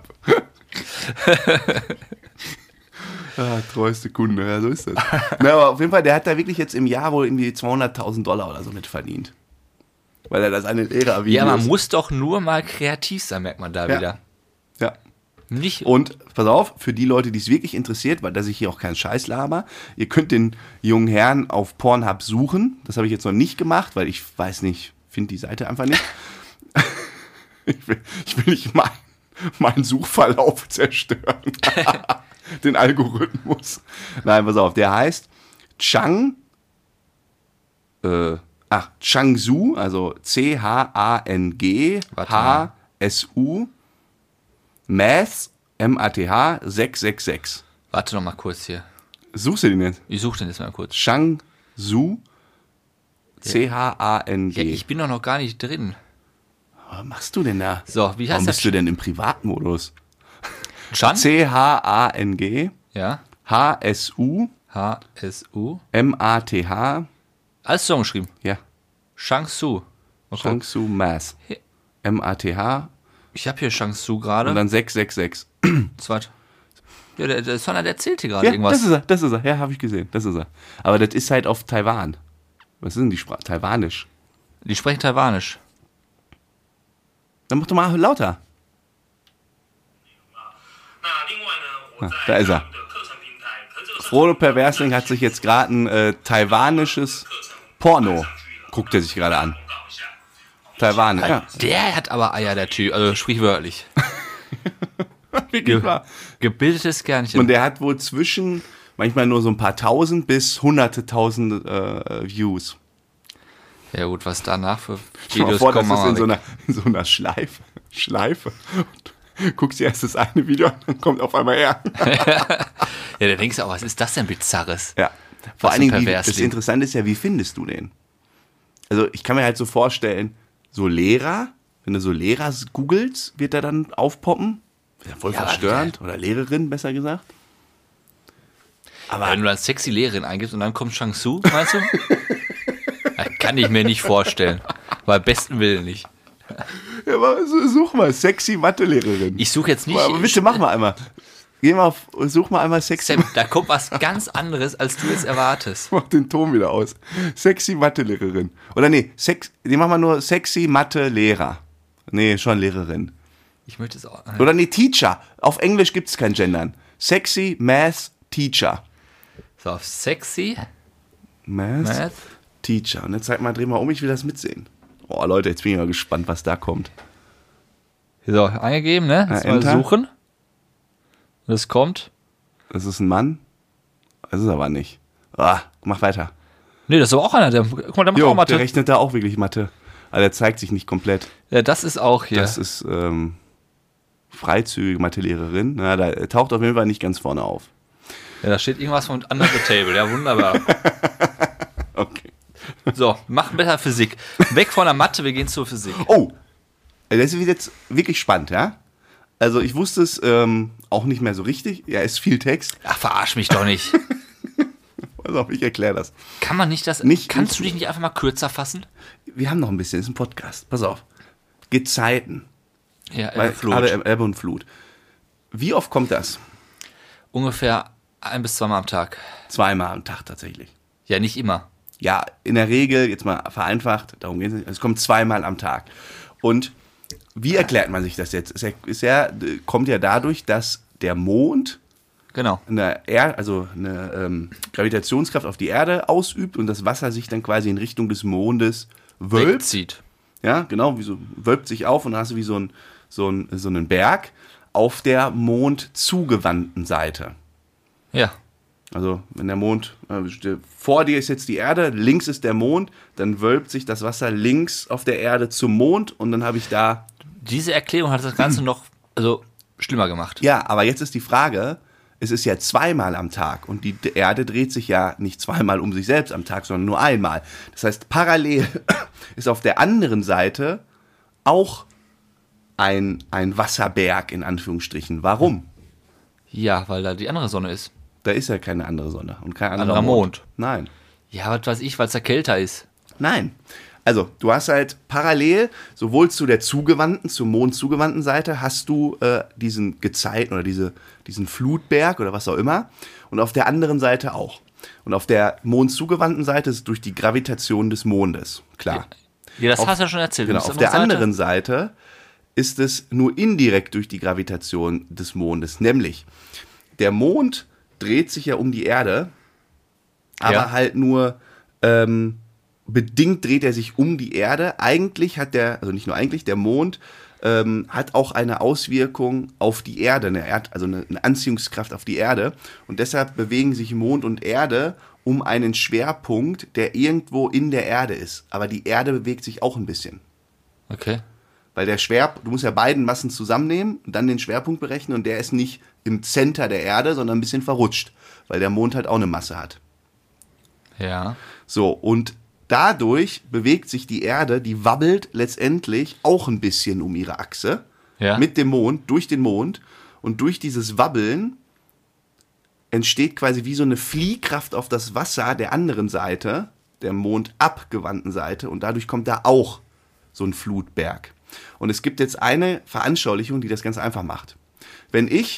Ah, treueste Kunde, ja, so ist das. Na, aber auf jeden Fall, der hat da wirklich jetzt im Jahr wohl irgendwie zweihunderttausend Dollar oder so mit verdient. Weil er das eine Lehrer Ja, man muss doch nur mal kreativ sein, merkt man da Ja. wieder. Ja. Nicht. Und pass auf, für die Leute, die es wirklich interessiert, weil dass ich hier auch keinen Scheiß laber, ihr könnt den jungen Herrn auf Pornhub suchen. Das habe ich jetzt noch nicht gemacht, weil ich weiß nicht, finde die Seite einfach nicht. ich, will, ich will nicht mein, meinen Suchverlauf zerstören. Den Algorithmus. Nein, pass auf, der heißt Chang, äh, ach, Changsu, also C H A N G H S U, Math, M A T H sechs sechs sechs. Warte noch mal kurz hier. Suchst du den jetzt? Ich suche den jetzt mal kurz. Changsu, C H A N G. Ja, ich bin doch noch gar nicht drin. Was machst du denn da? So, wie heißt Warum das? bist du denn im Privatmodus? Chan? C H A N G Ja. H S U H S U. M A T H. Alles zusammengeschrieben. Ja. Shangsu. Okay. Changsu Math. Hier. M A T H Ich habe hier Shangsu und gerade. dann sechs sechs sechs. Zweit. Ja, der, der Sonner, der erzählt hier gerade Ja, irgendwas. das ist er, das ist er. Ja, habe ich gesehen, das ist er. Aber das ist halt auf Taiwan. Was ist denn die Sprache? Taiwanisch. Die sprechen Taiwanisch. Dann mach doch mal lauter. Ah, da ist er. Frodo Perversling hat sich jetzt gerade ein äh, taiwanisches Porno, guckt er sich gerade an. Taiwan, ja. Der hat aber Eier, der Typ. Also sprichwörtlich. Wirklich wahr. Gebildetes Kernchen. Und der hat wohl zwischen manchmal nur so ein paar tausend bis hunderte tausend äh, Views. Ja gut, was danach für Stell dir mal Videos vor, das kommen. ist in wir so mal einer, in so einer Schleife. Schleife. Und guckst dir erst das eine Video an, dann kommt auf einmal er. weg. Ja, da denkst du auch, was ist das denn Bizarres? Ja. Vor Was allen ein Dingen, wie, Perversling. das Interessante ist ja, wie findest du den? Also ich kann mir halt so vorstellen, so Lehrer, wenn du so Lehrer googelst, wird er dann aufpoppen. Ist ja voll Ja, verstörend. Oder Lehrerin, besser gesagt. Aber Wenn du dann sexy Lehrerin eingibst und dann kommt Shangsu, meinst du? Das kann ich mir nicht vorstellen. Bei besten Willen nicht. ja, aber so- such mal, sexy Mathelehrerin. Ich suche jetzt nicht. Aber bitte mach mal einmal. Geh mal auf, such mal einmal sexy. Sam, da kommt was ganz anderes, als du jetzt erwartest. Mach den Ton wieder aus. Sexy Mathelehrerin. Oder nee, Sex, die machen wir nur sexy Mathelehrer. Nee, schon Lehrerin. Ich möchte es auch. Oder nee, Teacher. Auf Englisch gibt es kein Gendern. Sexy Math Teacher. So, auf sexy. Math, Math. Teacher. Und jetzt zeig mal, dreh mal um, ich will das mitsehen. Oh Leute, jetzt bin ich mal gespannt, was da kommt. So, eingegeben, ne? Jetzt Ja, mal Enter. suchen. Und es kommt. Das ist ein Mann. Das ist aber nicht. Ah, mach weiter. Nee, das ist aber auch einer, der. Guck mal, der macht Jo, auch Mathe. der rechnet da auch wirklich Mathe. Aber der zeigt sich nicht komplett. Ja, das ist auch hier. Das ist ähm, freizügige Mathelehrerin. Na, da er taucht auf jeden Fall nicht ganz vorne auf. Ja, da steht irgendwas von Under the Table. Ja, wunderbar. Okay. So, machen besser Physik. Weg von der Mathe, wir gehen zur Physik. Oh, das ist jetzt wirklich spannend, ja? Also ich wusste es ähm, auch nicht mehr so richtig. Ja, ist viel Text. Ach, verarsch mich doch nicht. Pass auf, ich erkläre das. Kann man nicht das. Nicht- kannst nicht- du dich nicht einfach mal kürzer fassen? Wir haben noch ein bisschen, das ist ein Podcast. Pass auf. Gezeiten. Ja, Weil, äh, Flut. aber Ebbe und Flut. Wie oft kommt das? Ungefähr ein bis zweimal am Tag. Zweimal am Tag tatsächlich. Ja, nicht immer. Ja, in der Regel, jetzt mal vereinfacht, darum geht es nicht, es kommt zweimal am Tag. Und wie erklärt man sich das jetzt? Es er- ist ja, kommt ja dadurch, dass der Mond Genau. eine, er also eine ähm, Gravitationskraft auf die Erde ausübt und das Wasser sich dann quasi in Richtung des Mondes wölbt. Wegzieht. Ja, genau, wie so, wölbt sich auf und dann hast du wie so, ein, so, ein, so einen Berg auf der mondzugewandten Seite. Ja. Also wenn der Mond, äh, vor dir ist jetzt die Erde, links ist der Mond, dann wölbt sich das Wasser links auf der Erde zum Mond und dann habe ich da... Diese Erklärung hat das Ganze noch also, schlimmer gemacht. Ja, aber jetzt ist die Frage, es ist ja zweimal am Tag und die Erde dreht sich ja nicht zweimal um sich selbst am Tag, sondern nur einmal. Das heißt, parallel ist auf der anderen Seite auch ein, ein Wasserberg in Anführungsstrichen. Warum? Ja, weil da die andere Sonne ist. Da ist ja keine andere Sonne und kein anderer Anderer Mond. Mond. Nein. Ja, was weiß ich, weil es da kälter ist. Nein. Also, du hast halt parallel, sowohl zu der zugewandten, zum Mond zugewandten Seite, hast du äh, diesen Gezeiten oder diese, diesen Flutberg oder was auch immer. Und auf der anderen Seite auch. Und auf der Mond zugewandten Seite ist es durch die Gravitation des Mondes. Klar. Ja, das Auf- hast du ja schon erzählt. Genau. Und Auf der Seite? anderen Seite ist es nur indirekt durch die Gravitation des Mondes. Nämlich, der Mond dreht sich ja um die Erde, aber Ja. halt nur ähm, bedingt dreht er sich um die Erde. Eigentlich hat der, also nicht nur eigentlich, der Mond ähm, hat auch eine Auswirkung auf die Erde, eine Erd, also eine, eine Anziehungskraft auf die Erde. Und deshalb bewegen sich Mond und Erde um einen Schwerpunkt, der irgendwo in der Erde ist. Aber die Erde bewegt sich auch ein bisschen. Okay. Weil der Schwerpunkt, du musst ja beiden Massen zusammennehmen und dann den Schwerpunkt berechnen und der ist nicht im Center der Erde, sondern ein bisschen verrutscht, weil der Mond halt auch eine Masse hat. Ja. So, und dadurch bewegt sich die Erde, die wabbelt letztendlich auch ein bisschen um ihre Achse Ja. mit dem Mond, durch den Mond. Und durch dieses Wabbeln entsteht quasi wie so eine Fliehkraft auf das Wasser der anderen Seite, der mondabgewandten Seite. Und dadurch kommt da auch so ein Flutberg. Und es gibt jetzt eine Veranschaulichung, die das ganz einfach macht. Wenn ich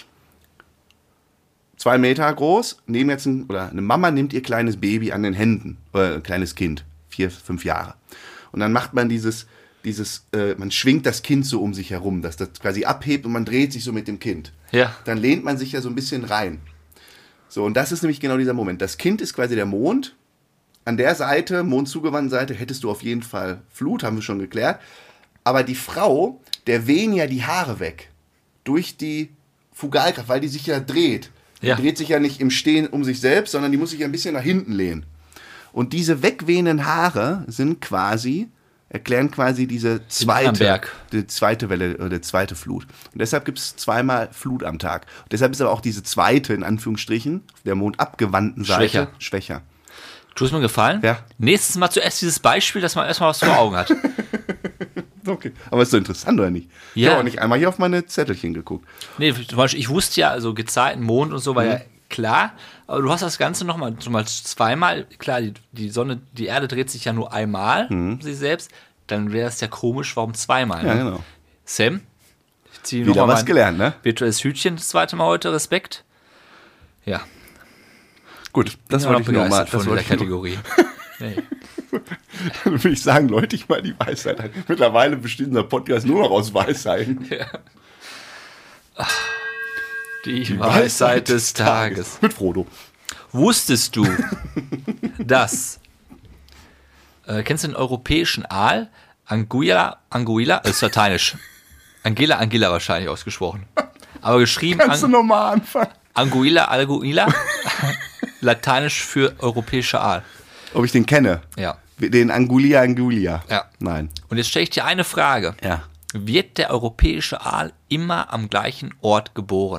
zwei Meter groß, nehme jetzt ein, oder eine Mama nimmt ihr kleines Baby an den Händen, oder ein kleines Kind, vier, fünf Jahre. Und dann macht man dieses, dieses, äh, man schwingt das Kind so um sich herum, dass das quasi abhebt und man dreht sich so mit dem Kind. Ja. Dann lehnt man sich ja so ein bisschen rein. So, und das ist nämlich genau dieser Moment. Das Kind ist quasi der Mond. An der Seite, mondzugewandten Seite, hättest du auf jeden Fall Flut, haben wir schon geklärt. Aber die Frau, der wehen ja die Haare weg. Durch die Fugalkraft, weil die sich ja dreht. Die Ja. dreht sich ja nicht im Stehen um sich selbst, sondern die muss sich ja ein bisschen nach hinten lehnen. Und diese wegwehenden Haare sind quasi, erklären quasi diese zweite, Berg. die zweite Welle oder die zweite Flut. Und deshalb gibt es zweimal Flut am Tag. Und deshalb ist aber auch diese zweite, in Anführungsstrichen, auf der mondabgewandten Seite Schwächer. schwächer. Tut es mir gefallen? Ja. Nächstes Mal zuerst dieses Beispiel, dass man erstmal was vor Augen hat. Okay. Aber ist so interessant, oder nicht? Ich Ja. habe auch nicht einmal hier auf meine Zettelchen geguckt. Nee, zum Beispiel, ich wusste ja, also Gezeiten, Mond und so war ja klar, aber du hast das Ganze nochmal, zum Beispiel zweimal, klar, die, die Sonne, die Erde dreht sich ja nur einmal um sich selbst, dann wäre es ja komisch, warum zweimal? Ja, ne? genau. Sam, ich ziehe Wieder nochmal was gelernt, ne? virtuelles Hütchen das zweite Mal heute, Respekt. Ja, Gut, das bin immer wollte ich nochmal. begeistert von Das dieser wollte ich noch- Kategorie. Nee. Dann würde ich sagen, Leute, ich mal die Weisheit ein. Mittlerweile besteht unser Podcast nur noch aus Weisheiten. Die Weisheit des Tages. Mit Frodo. Wusstest du, dass, äh, kennst du den europäischen Aal? Anguilla, Anguilla, das ist lateinisch. Angela, Angela wahrscheinlich ausgesprochen. Aber geschrieben Kannst du An, nochmal anfangen? Anguilla, Alguilla, lateinisch für europäischer Aal. Ob ich den kenne? Ja. Den Angulia Angulia? Ja. Nein. Und jetzt stelle ich dir eine Frage. Ja. Wird der europäische Aal immer am gleichen Ort geboren?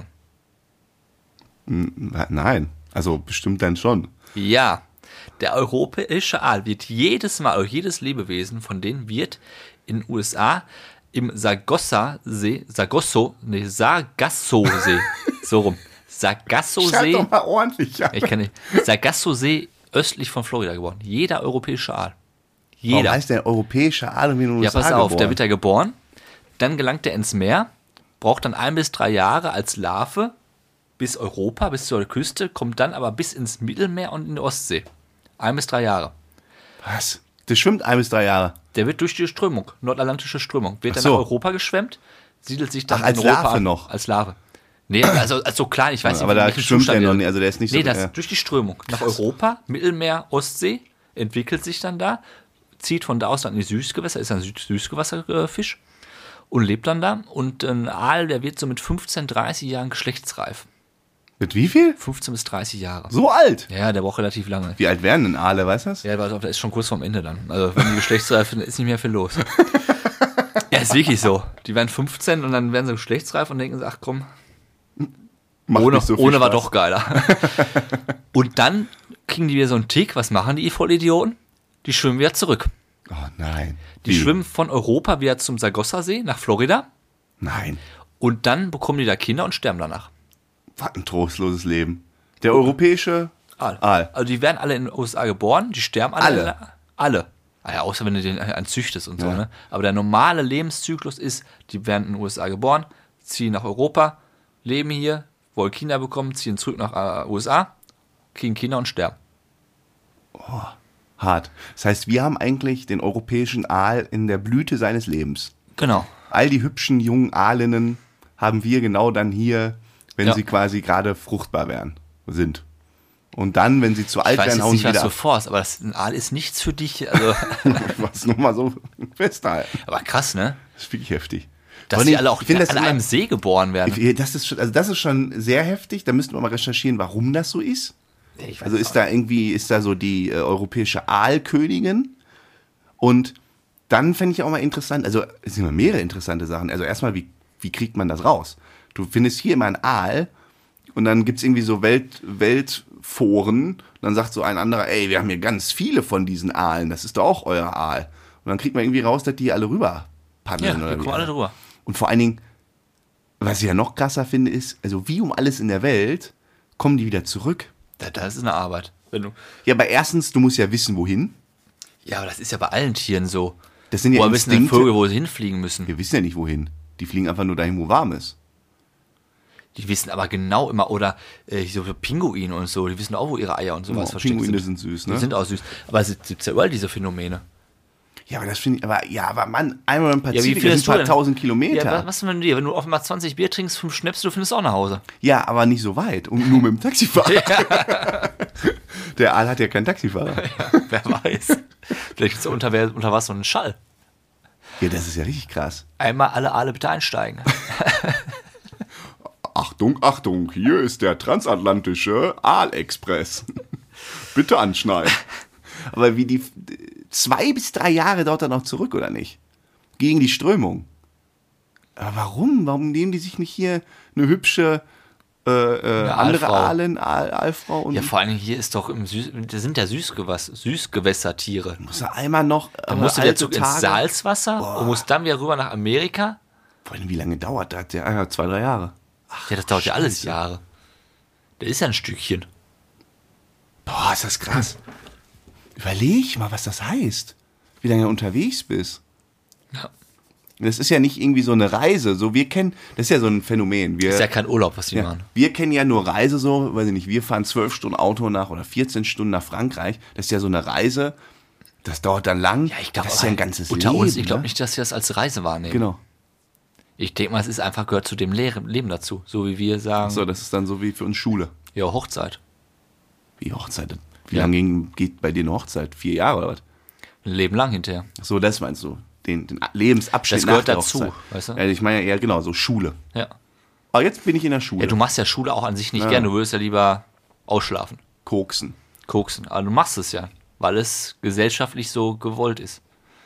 Nein. Also bestimmt dann schon. Ja. Der europäische Aal wird jedes Mal, oder jedes Lebewesen von denen wird in den U S A im Sargasso-See, Sargasso, nee, Sargasso-See, so rum, Schreib Sargasso-See, doch mal ordentlich an. ich kann nicht, Sargasso-See östlich von Florida geboren. Jeder europäische Aal. Warum Jeder. heißt der europäische Aal in den U Ja, S A pass auf, der geboren? wird da geboren, dann gelangt er ins Meer, braucht dann ein bis drei Jahre als Larve bis Europa, bis zur Küste, kommt dann aber bis ins Mittelmeer und in die Ostsee. Ein bis drei Jahre. Was? Der schwimmt ein bis drei Jahre. Der wird durch die Strömung, nordatlantische Strömung, wird Ach dann so. nach Europa geschwemmt, siedelt sich dann Ach, als in Europa Larve an. noch? Als Larve. Nee, also als so klein, ich weiß Aber nicht, da welchen schwimmt Zustand er noch der- nicht, also der ist nicht so- Nee, das ja. durch die Strömung. Nach Europa, Mittelmeer, Ostsee, entwickelt sich dann da, zieht von da aus dann in die Süßgewässer, ist ein Süß Süßgewasserfisch und lebt dann da. Und ein Aal, der wird so mit fünfzehn, dreißig Jahren geschlechtsreif. Mit wie viel? fünfzehn bis dreißig Jahre. So alt? Ja, der braucht relativ lange. Wie alt werden denn Aale, weißt du das? Ja, aber der ist schon kurz vorm Ende dann. Also wenn die geschlechtsreif sind, ist nicht mehr viel los. Ja, ist wirklich so. Die werden fünfzehn und dann werden sie geschlechtsreif und denken, ach komm, Macht ohne, nicht so viel ohne war Spaß. doch geiler. Und dann kriegen die wieder so einen Tick. Was machen die, ihr Vollidioten? Die schwimmen wieder zurück. Oh nein. Die Wie? schwimmen von Europa wieder zum Sargasso-See nach Florida Nein. und dann bekommen die da Kinder und sterben danach. Was ein trostloses Leben. Der europäische Aal. Aal. Also die werden alle in den U S A geboren, die sterben alle. Alle? Alle. Ah ja, außer wenn du den einen züchtest und so. Ja. Ne? Aber der normale Lebenszyklus ist, die werden in den U S A geboren, ziehen nach Europa, leben hier, wollen Kinder bekommen, ziehen zurück nach äh, U S A, kriegen Kinder und sterben. Hart. Das heißt, wir haben eigentlich den europäischen Aal in der Blüte seines Lebens. Genau. all die hübschen jungen Aalinnen haben wir genau dann hier, wenn Ja. sie quasi gerade fruchtbar werden, sind. Und dann, wenn sie zu alt Ich weiß werden, jetzt hauen nicht, sie was wieder du ab. vorhast, aber das, ein Aal ist nichts für dich. Also, Ich wollte es nur mal so festhalten. aber krass, ne? Das ist wirklich heftig. Dass Vor die allem, alle auch ich finde das an immer- einem See geboren werden. Ich- Das ist, schon, also das ist schon sehr heftig. Da müssten wir mal recherchieren, warum das so ist. Ich weiß Also auch ist da irgendwie, ist da so die äh, europäische Aalkönigin. Und dann fände ich auch mal interessant, also es sind immer mehrere interessante Sachen. Also erstmal, wie, wie kriegt man das raus? Du findest hier immer einen Aal und dann gibt es irgendwie so Welt, Weltforen. Und dann sagt so ein anderer, ey, wir haben hier ganz viele von diesen Aalen, das ist doch auch euer Aal. Und dann kriegt man irgendwie raus, dass die alle rüber Ja, paddeln. wir oder kommen wie. alle drüber. Und vor allen Dingen, was ich ja noch krasser finde, ist, also wie um alles in der Welt kommen die wieder zurück. Da- Das ist eine Arbeit. Wenn du, Ja, aber erstens, du musst ja wissen, wohin. ja, aber das ist ja bei allen Tieren so. Das sind ja Woher wissen die Instinkte. Vögel, wo sie hinfliegen müssen? Wir wissen ja nicht, wohin. Die fliegen einfach nur dahin, wo warm ist. Die wissen aber genau immer, oder äh, so Pinguine und so, die wissen auch, wo ihre Eier und sowas Oh, versteckt Pinguine sind. sind süß, Die ne? sind auch süß. Aber es gibt ja überall diese Phänomene. Ja, aber das finde ich, aber, ja, aber Mann, einmal im Ja, Pazifik, wie das findest sind ein du paar denn? tausend Kilometer. Ja, Ja, was, was denn, wenn du dir, wenn du offenbar zwanzig Bier trinkst, fünf Schnäpse, du findest auch nach Hause. aber nicht so weit. Und nur mit dem Taxifahrer. Der Aal hat ja keinen Taxifahrer. Wer weiß. Vielleicht ist unter, unter was so ein Schall. Ja, das ist ja richtig krass. Einmal alle Aale bitte einsteigen. Achtung, Achtung, hier ist der transatlantische Aalexpress. Bitte anschneiden. Aber wie die zwei bis drei Jahre dauert er noch zurück, oder nicht? Gegen die Strömung. Aber warum? Warum nehmen die sich nicht hier eine hübsche äh, äh, andere Aalfrau. Aalen, Aal, Aalfrau und Ja, vor allem hier ist doch im Süß, das sind ja Süßgewass, Süßgewässertiere. muss er einmal noch äh, Dann musst du wieder alte zurück ins Salzwasser und musst dann wieder rüber nach Amerika. Vor allem, wie lange dauert das? Ja, ja, zwei, drei Jahre. Ja, das dauert ja alles Scheiße. Jahre. Das ist ja ein Stückchen. Boah, ist das krass. Überleg mal, was das heißt. Wie lange du unterwegs bist. Ja. Das ist ja nicht irgendwie so eine Reise. So, wir kennen, das ist ja so ein Phänomen. Wir, Ist ja kein Urlaub, was die ja, machen. wir kennen ja nur Reise so, weiß ich nicht, wir fahren zwölf Stunden Auto nach oder vierzehn Stunden nach Frankreich. Das ist ja so eine Reise. Das dauert dann lang. Ja, ich glaube, das ist ja ein ganzes unter Leben. uns, ich glaube ne? nicht, dass sie das als Reise wahrnehmen. Genau. Ich denke mal, es ist einfach, gehört zu dem Le Leben dazu. So wie wir sagen, So, das ist dann so wie für uns Schule. ja, Hochzeit. Wie Hochzeit. Wie Ja. lange ging- geht bei dir eine Hochzeit? Vier Jahre oder was? Ein Leben lang hinterher. So, das meinst du. Den, den Lebensabschnitt Das gehört nach der dazu, Hochzeit. weißt du? Ja, ich meine ja eher genau, so Schule. Ja. Aber jetzt bin ich in der Schule. Ja, du machst ja Schule auch an sich nicht Ja. gern. Du würdest ja lieber ausschlafen, Koksen. koksen. Aber du machst es ja, weil es gesellschaftlich so gewollt ist.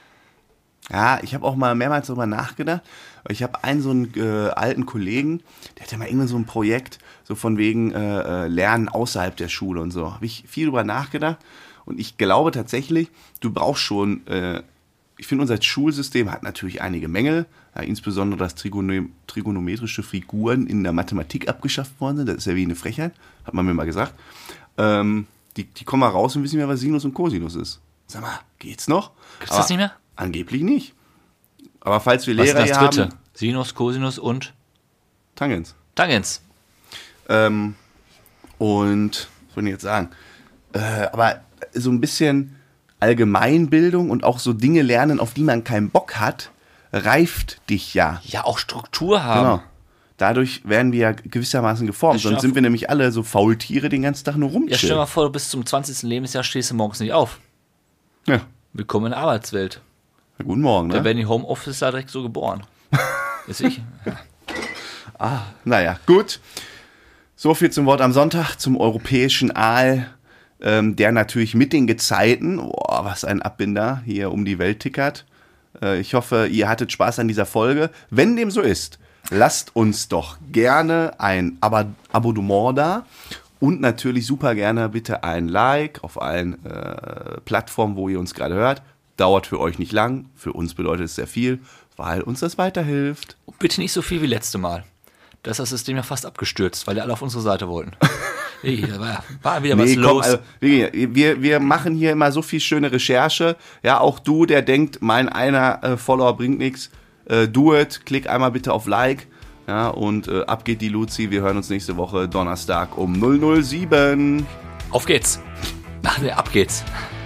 Ja, ich habe auch mal mehrmals darüber nachgedacht. Ich habe einen so einen äh, alten Kollegen, der hatte mal irgendwann so ein Projekt, so von wegen äh, äh, Lernen außerhalb der Schule und so. Habe ich viel drüber nachgedacht. Und ich glaube tatsächlich, du brauchst schon, äh, ich finde, unser Schulsystem hat natürlich einige Mängel, ja, insbesondere, dass Trigono trigonometrische Figuren in der Mathematik abgeschafft worden sind. Das ist ja wie eine Frechheit, hat man mir mal gesagt. Ähm, die, die kommen mal raus und wissen nicht mehr, was Sinus und Cosinus ist. Sag mal, geht's noch? Gibt's das nicht mehr? Angeblich nicht. Aber falls wir Was ist Lehrer das hier dritte? haben, Sinus, Cosinus und Tangens. Tangens. Ähm, und, was soll ich jetzt sagen? Äh, aber so ein bisschen Allgemeinbildung und auch so Dinge lernen, auf die man keinen Bock hat, reift dich ja. Ja, auch Struktur haben. Genau. Dadurch werden wir ja gewissermaßen geformt. Ja, stell Sonst mal sind wir nämlich alle so Faultiere den ganzen Tag nur Ja, stell rumchillen. mal vor, bis zum zwanzigsten Lebensjahr stehst du morgens nicht auf. Ja. Willkommen in der Arbeitswelt. Ja, guten Morgen, Da ne? werden die Homeofficer direkt so geboren. Ist ich. Ja. Naja, gut. So viel zum Wort am Sonntag, zum europäischen Aal, ähm, der natürlich mit den Gezeiten, boah, was ein Abbinder, hier um die Welt tickert. Äh, ich hoffe, ihr hattet Spaß an dieser Folge. Wenn dem so ist, lasst uns doch gerne ein Ab Abonnement da und natürlich super gerne bitte ein Like auf allen äh, Plattformen, wo ihr uns gerade hört. Dauert für euch nicht lang, für uns bedeutet es sehr viel, weil uns das weiterhilft. Und bitte nicht so viel wie letzte Mal. Da ist das System ja fast abgestürzt, weil die alle auf unsere Seite wollten. Nee, da war, war wieder was Nee, komm, los. also, wir, wir, wir machen hier immer so viel schöne Recherche. Ja, auch du, der denkt, mein einer äh, Follower bringt nichts, äh, do it, klick einmal bitte auf Like. Ja, und äh, ab geht die Luzi. Wir hören uns nächste Woche Donnerstag um null null sieben. Auf geht's. Ach, nee, ab geht's.